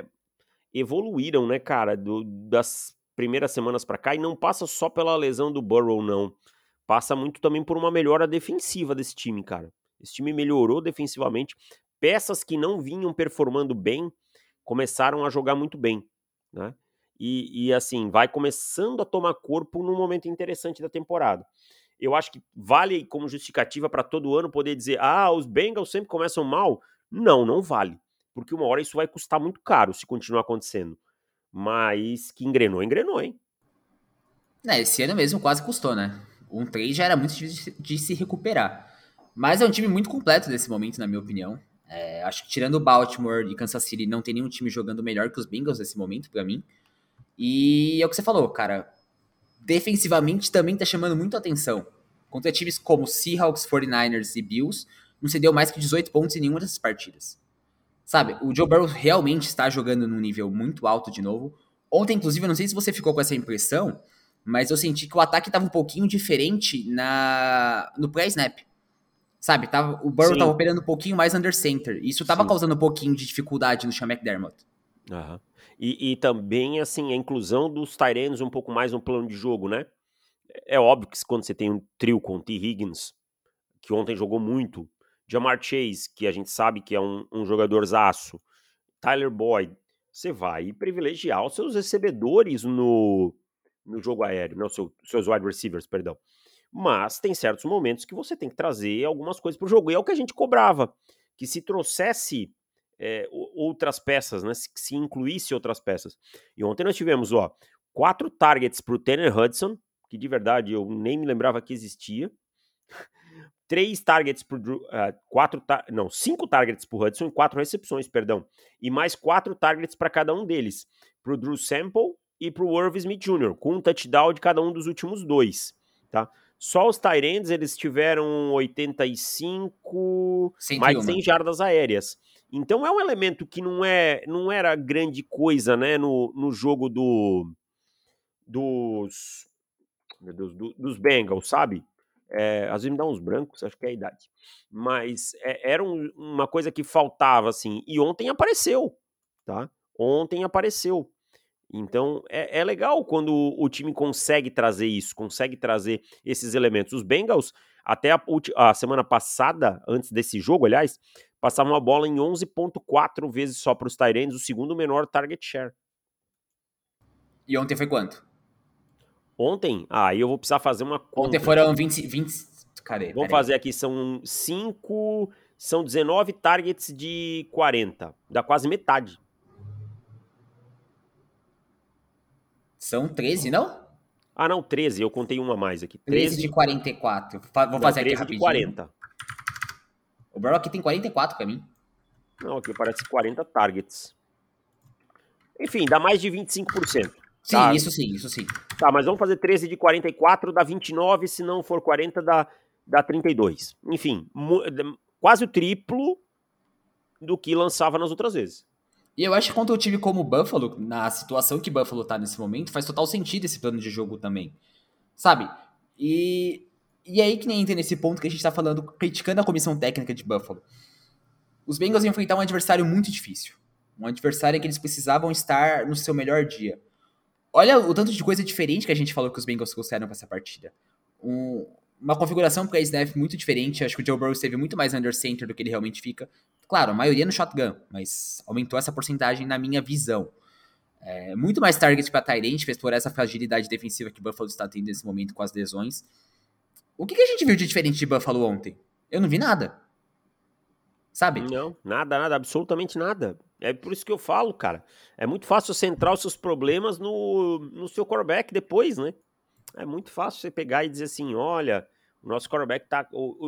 evoluíram, né, cara, das primeiras semanas pra cá, e não passa só pela lesão do Burrow, não. Passa muito também por uma melhora defensiva desse time, cara. Esse time melhorou defensivamente. Peças que não vinham performando bem começaram a jogar muito bem, né? E assim, vai começando a tomar corpo num momento interessante da temporada. Eu acho que vale como justificativa para todo ano poder dizer: ah, os Bengals sempre começam mal. Não, não vale. Porque uma hora isso vai custar muito caro se continuar acontecendo. Mas que engrenou, engrenou, hein? Esse ano mesmo quase custou, né? Um 3 já era muito difícil de se recuperar. Mas é um time muito completo nesse momento, na minha opinião. Acho que tirando o Baltimore e Kansas City, não tem nenhum time jogando melhor que os Bengals nesse momento, pra mim. E é o que você falou, cara. Defensivamente também tá chamando muito atenção. Contra times como Seahawks, 49ers e Bills, não cedeu mais que 18 pontos em nenhuma dessas partidas. Sabe, o Joe Burrow realmente está jogando num nível muito alto de novo. Ontem, inclusive, eu não sei se você ficou com essa impressão, mas eu senti que o ataque estava um pouquinho diferente no pré-snap. Sabe, o Burrow estava Sim, operando um pouquinho mais under center. E isso estava sim. causando um pouquinho de dificuldade no Sean McDermott. Aham. E também, assim, a inclusão dos tight ends um pouco mais no plano de jogo, né? É óbvio que quando você tem um trio com o T. Higgins, que ontem jogou muito, Jamar Chase, que a gente sabe que é um jogador zaço, Tyler Boyd, você vai privilegiar os seus recebedores no jogo aéreo, não, seus wide receivers, perdão. Mas tem certos momentos que você tem que trazer algumas coisas para o jogo. E é o que a gente cobrava, que se trouxesse outras peças, né? Se incluísse outras peças. E ontem nós tivemos, 4 targets para o Tanner Hudson, que de verdade eu nem me lembrava que existia. 3 targets pro Drew, 5 targets pro Hudson e 4 recepções, perdão. E mais 4 targets para cada um deles. Pro Drew Sample e pro Irv Smith Jr., com um touchdown de cada um dos últimos 2, tá? Só os tight ends, eles tiveram 85, mais de 100 101. jardas aéreas. Então é um elemento que não era grande coisa, né, no jogo dos, meu Deus, dos Bengals, sabe? Às vezes me dá uns brancos, acho que é a idade. Mas era uma coisa que faltava, assim. E ontem apareceu, tá? Ontem apareceu. Então, é legal quando o time consegue trazer isso, consegue trazer esses elementos. Os Bengals, até a semana passada, antes desse jogo, aliás, passavam a bola em 11,4 vezes só para os tight ends, o segundo menor target share. E ontem foi quanto? Ontem, aí eu vou precisar fazer uma conta. Ontem foram 20. Cadê? Vamos Peraí. fazer aqui, são 19 targets de 40, dá quase metade. São 13, não? Ah, não, 13, eu contei uma a mais aqui. 13 de 44. Vou Não, fazer aqui 13 de rapidinho. 40. O Burrow aqui tem 44 pra mim. Não, aqui parece 40 targets. Enfim, dá mais de 25%. Sim, Tá? isso sim, isso sim. Tá, mas vamos fazer 13 de 44, dá 29, se não for 40, dá 32. Enfim, quase o triplo do que lançava nas outras vezes. E eu acho que contra um time como o Buffalo, na situação que Buffalo tá nesse momento, faz total sentido esse plano de jogo também. Sabe? E aí que nem entra nesse ponto que a gente tá falando, criticando a comissão técnica de Buffalo. Os Bengals iam enfrentar um adversário muito difícil. Um adversário em que eles precisavam estar no seu melhor dia. Olha o tanto de coisa diferente que a gente falou que os Bengals trouxeram pra essa partida. Uma configuração para snap muito diferente. Acho que o Joe Burrow esteve muito mais under center do que ele realmente fica. Claro, a maioria no shotgun, mas aumentou essa porcentagem na minha visão. Muito mais targets para Tyrant, para explorar essa fragilidade defensiva que o Buffalo está tendo nesse momento com as lesões. O que a gente viu de diferente de Buffalo ontem? Eu não vi nada. Sabe? Não, nada, absolutamente nada. É por isso que eu falo, cara. É muito fácil centrar os seus problemas no seu quarterback depois, né? É muito fácil você pegar e dizer assim, olha, o nosso quarterback tá...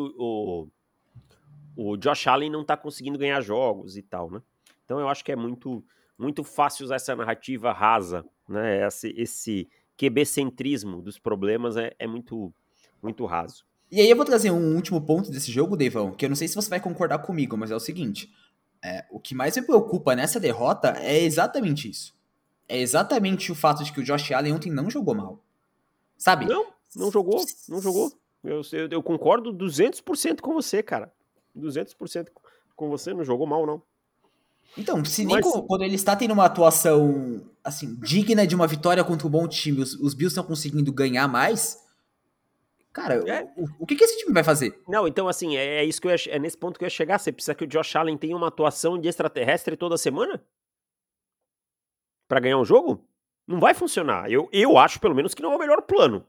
O Josh Allen não tá conseguindo ganhar jogos e tal, né? Então eu acho que é muito fácil usar essa narrativa rasa, né? Esse QB-centrismo dos problemas é muito raso. E aí eu vou trazer um último ponto desse jogo, Deivão, que eu não sei se você vai concordar comigo, mas é o seguinte. O que mais me preocupa nessa derrota é exatamente isso. É exatamente o fato de que o Josh Allen ontem não jogou mal. Sabe? Não jogou. Eu concordo 200% com você, cara. 200% com você, não jogou mal, não. Então, se nem quando ele está tendo uma atuação assim digna de uma vitória contra um bom time, os Bills estão conseguindo ganhar mais, cara, o que esse time vai fazer? Não, então assim, isso que é nesse ponto que eu ia chegar. Você precisa que o Josh Allen tenha uma atuação de extraterrestre toda semana? Pra ganhar um jogo? Não vai funcionar. Eu acho, pelo menos, que não é o melhor plano.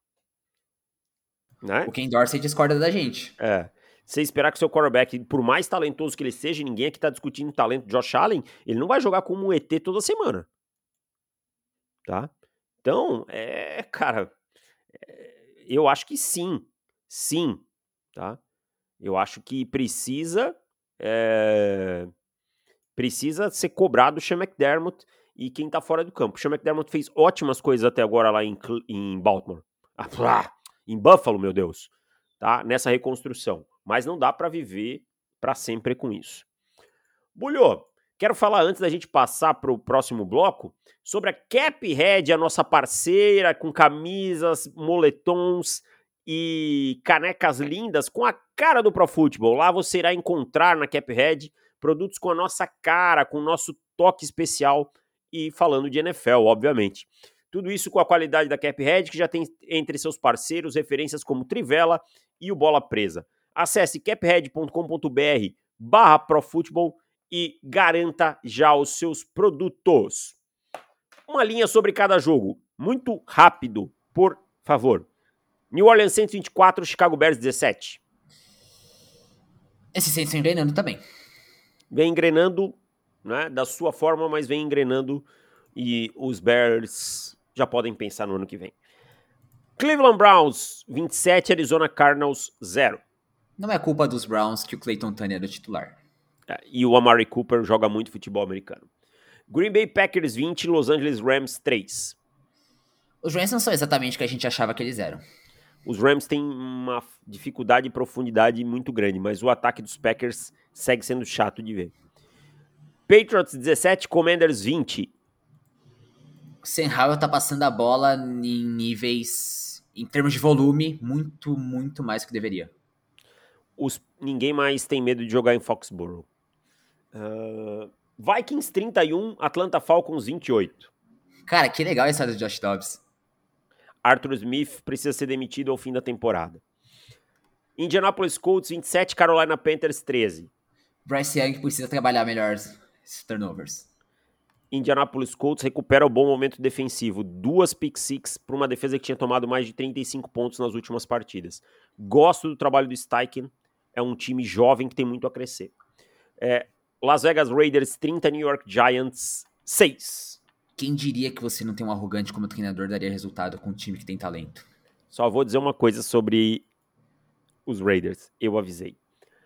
Né? O Ken Dorsey discorda da gente. Você esperar que o seu quarterback, por mais talentoso que ele seja, ninguém aqui tá discutindo o talento de Josh Allen, ele não vai jogar como um ET toda semana. Tá? Então, cara, eu acho que sim. Sim. Tá? Eu acho que precisa ser cobrado o Sean McDermott e quem tá fora do campo. O Sean McDermott fez ótimas coisas até agora lá em Baltimore. Em Buffalo, meu Deus. Tá? Nessa reconstrução. Mas não dá para viver para sempre com isso. Bulhô, quero falar antes da gente passar para o próximo bloco sobre a Caphead, a nossa parceira com camisas, moletons e canecas lindas com a cara do Pro Football. Lá você irá encontrar na Caphead produtos com a nossa cara, com o nosso toque especial e falando de NFL, obviamente. Tudo isso com a qualidade da Caphead, que já tem entre seus parceiros referências como Trivela e o Bola Presa. Acesse caphead.com.br/profutebol e garanta já os seus produtos. Uma linha sobre cada jogo, muito rápido, por favor. New Orleans 124, Chicago Bears 17. Esse Saints engrenando também. Vem engrenando, né, da sua forma, mas vem engrenando e os Bears já podem pensar no ano que vem. Cleveland Browns 27, Arizona Cardinals 0. Não é culpa dos Browns que o Clayton Tune era titular. E o Amari Cooper joga muito futebol americano. Green Bay Packers 20, Los Angeles Rams 3. Os Rams não são exatamente o que a gente achava que eles eram. Os Rams têm uma dificuldade e profundidade muito grande, mas o ataque dos Packers segue sendo chato de ver. Patriots 17, Commanders 20. O Sam Howell tá passando a bola em níveis, em termos de volume, muito mais do que deveria. Ninguém mais tem medo de jogar em Foxborough. Vikings 31, Atlanta Falcons 28. Cara, que legal a história do Josh Dobbs. Arthur Smith precisa ser demitido ao fim da temporada. Indianapolis Colts 27, Carolina Panthers 13. Bryce Young precisa trabalhar melhor esses turnovers. Indianapolis Colts recupera o bom momento defensivo. 2 pick-six para uma defesa que tinha tomado mais de 35 pontos nas últimas partidas. Gosto do trabalho do Steichen. É um time jovem que tem muito a crescer. Las Vegas Raiders 30, New York Giants 6. Quem diria que você não tem um arrogante como treinador daria resultado com um time que tem talento? Só vou dizer uma coisa sobre os Raiders. Eu avisei.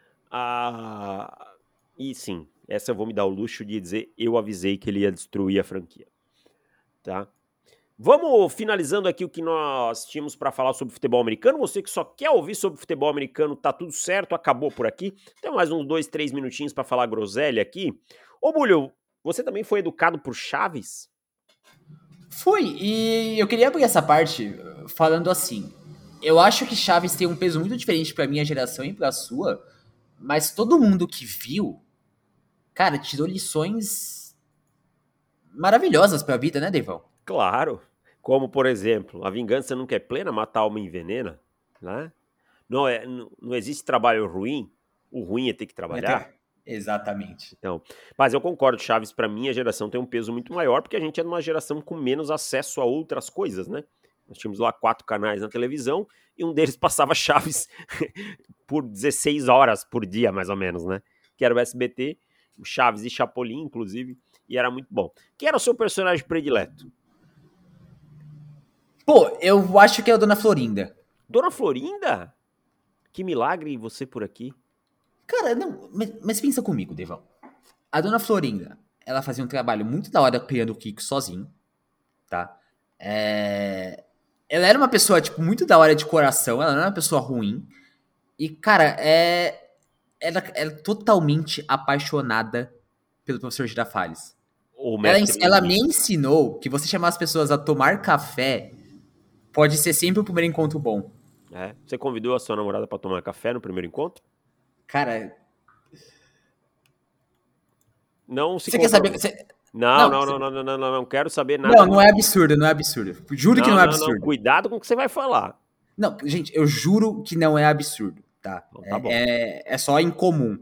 E sim, essa eu vou me dar o luxo de dizer, eu avisei que ele ia destruir a franquia. Tá? Vamos finalizando aqui o que nós tínhamos para falar sobre futebol americano. Você que só quer ouvir sobre futebol americano, tá tudo certo, acabou por aqui. Tem mais uns 2, 3 minutinhos para falar groselha aqui. Ô, Bulho, você também foi educado por Chaves? Fui, e eu queria abrir essa parte falando assim. Eu acho que Chaves tem um peso muito diferente pra minha geração e pra sua, mas todo mundo que viu, cara, tirou lições maravilhosas pra vida, né, Deivão? Claro. Como, por exemplo, a vingança nunca é plena, matar a alma envenena, né? Não existe trabalho ruim, o ruim é ter que trabalhar. Exatamente. Então, mas eu concordo, Chaves, para minha geração tem um peso muito maior, porque a gente é uma geração com menos acesso a outras coisas, né? Nós tínhamos lá 4 canais na televisão e um deles passava Chaves por 16 horas por dia, mais ou menos, né? Que era o SBT, o Chaves e Chapolin, inclusive, e era muito bom. Quem era o seu personagem predileto? Pô, eu acho que é a Dona Florinda. Dona Florinda? Que milagre você por aqui. Cara, não, mas pensa comigo, Devão. A Dona Florinda, ela fazia um trabalho muito da hora criando o Kiko sozinho, tá? Ela era uma pessoa, tipo, muito da hora de coração, ela não era uma pessoa ruim. E, cara, ela é totalmente apaixonada pelo professor Girafales. O Ela, mestre ela Levi. me ensinou que você chamar as pessoas a tomar café pode ser sempre o primeiro encontro bom. É. Você convidou a sua namorada para tomar café no primeiro encontro? Cara, Não se você quer saber... comprometa. Não quero saber nada Não é disso. absurdo, não é absurdo. Juro que não é Não, absurdo. cuidado com o que você vai falar. Não, gente, eu juro que não é absurdo, tá? Então, tá bom. É só incomum.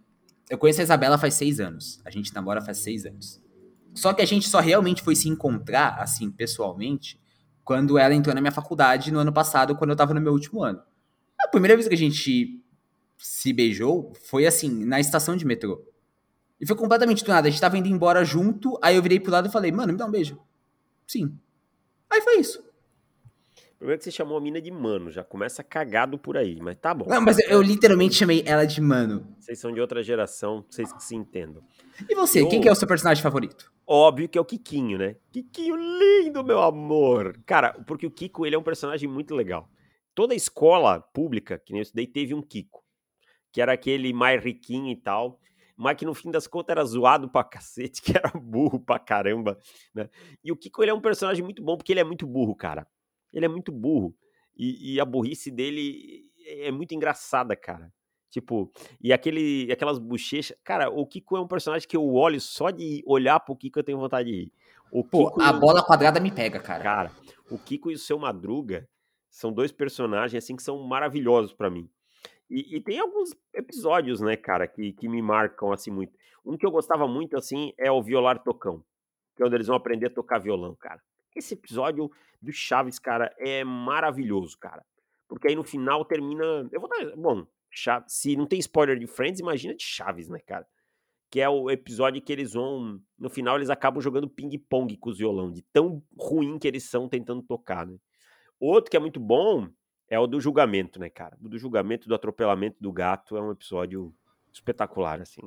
Eu conheço a Isabela faz 6 anos. A gente namora faz 6 anos. Só que a gente só realmente foi se encontrar, assim, pessoalmente, quando ela entrou na minha faculdade no ano passado, quando eu tava no meu último ano. A primeira vez que a gente se beijou foi, assim, na estação de metrô. E foi completamente do nada. A gente tava indo embora junto, aí eu virei pro lado e falei, mano, me dá um beijo. Sim. Aí foi isso. Primeiro que você chamou a mina de mano, já começa cagado por aí, mas tá bom. Não, mas eu literalmente chamei ela de mano. Vocês são de outra geração, vocês que se entendam. E você, quem que é o seu personagem favorito? Óbvio que é o Kikinho, né? Kikinho lindo, meu amor! Cara, porque o Kiko, ele é um personagem muito legal. Toda escola pública, que nem eu estudei, teve um Kiko. Que era aquele mais riquinho e tal, mas que no fim das contas era zoado pra cacete, que era burro pra caramba, né? E o Kiko, ele é um personagem muito bom, porque ele é muito burro, cara. Ele é muito burro. E a burrice dele é muito engraçada, cara. Tipo, e aquelas bochechas... Cara, o Kiko é um personagem que eu olho, só de olhar pro Kiko eu tenho vontade de rir. O Pô, Kiko a bola quadrada me pega, cara. Cara, o Kiko e o Seu Madruga são 2 personagens, assim, que são maravilhosos pra mim. E tem alguns episódios, né, cara, que me marcam, assim, muito. Um que eu gostava muito, assim, é o Violar Tocão, que é onde eles vão aprender a tocar violão, cara. Esse episódio do Chaves, cara, é maravilhoso, cara. Porque aí no final termina. Eu vou dar. Bom, Chaves, se não tem spoiler de Friends, imagina de Chaves, né, cara? Que é o episódio que eles vão. No final, eles acabam jogando ping-pong com os violão, de tão ruim que eles são tentando tocar, né? Outro que é muito bom é o do julgamento, né, cara? O do julgamento, do atropelamento do gato é um episódio espetacular, assim.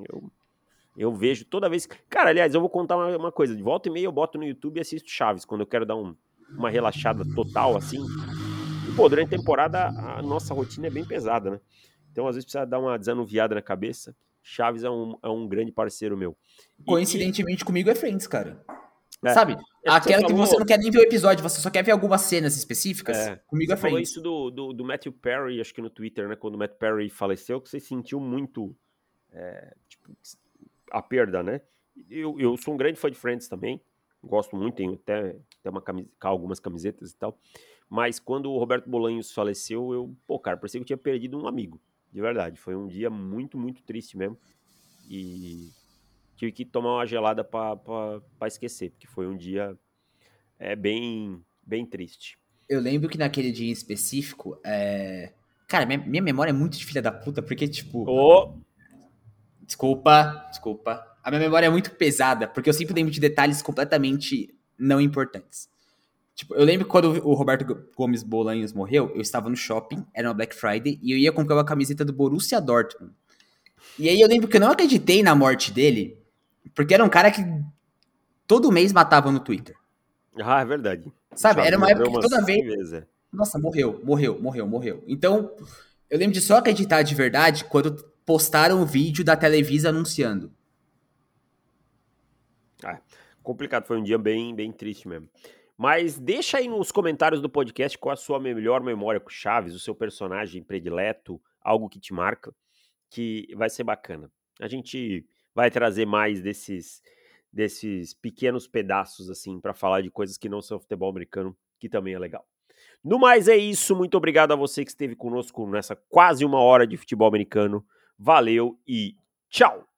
Eu vejo toda vez. Cara, aliás, eu vou contar uma coisa. De volta e meia eu boto no YouTube e assisto Chaves, quando eu quero dar uma relaxada total, assim. E, pô, durante a temporada a nossa rotina é bem pesada, né? Então, às vezes, precisa dar uma desanuviada na cabeça. Chaves é um grande parceiro meu. Coincidentemente comigo é Friends, cara. É, Sabe? é porque Aquela que você não quer nem ver o episódio, você só quer ver algumas cenas específicas. Comigo você é falou Friends. isso do Matthew Perry, acho que no Twitter, né? Quando o Matt Perry faleceu, que você sentiu muito tipo, a perda, né? Eu sou um grande fã de Friends também. Gosto muito, tenho até algumas camisetas e tal. Mas quando o Roberto Bolanhos faleceu, cara, parecia que eu tinha perdido um amigo. De verdade. Foi um dia muito, muito triste mesmo. E tive que tomar uma gelada pra esquecer, porque foi um dia bem, bem triste. Eu lembro que naquele dia em específico, cara, minha memória é muito de filha da puta, porque, tipo, Ô, desculpa. A minha memória é muito pesada, porque eu sempre lembro de detalhes completamente não importantes. Tipo, eu lembro que quando o Roberto Gomes Bolanhos morreu, eu estava no shopping, era uma Black Friday, e eu ia comprar uma camiseta do Borussia Dortmund. E aí eu lembro que eu não acreditei na morte dele, porque era um cara que todo mês matava no Twitter. é verdade. Sabe? Já Era uma morreu época que umas toda vez. 100 vezes, Nossa, morreu. Então, eu lembro de só acreditar de verdade quando postaram o vídeo da Televisa anunciando. Complicado, foi um dia bem, bem triste mesmo. Mas deixa aí nos comentários do podcast qual a sua melhor memória com Chaves, o seu personagem predileto, algo que te marca, que vai ser bacana. A gente vai trazer mais desses pequenos pedaços, assim, para falar de coisas que não são futebol americano, que também é legal. No mais é isso, muito obrigado a você que esteve conosco nessa quase 1 hora de futebol americano. Valeu e tchau!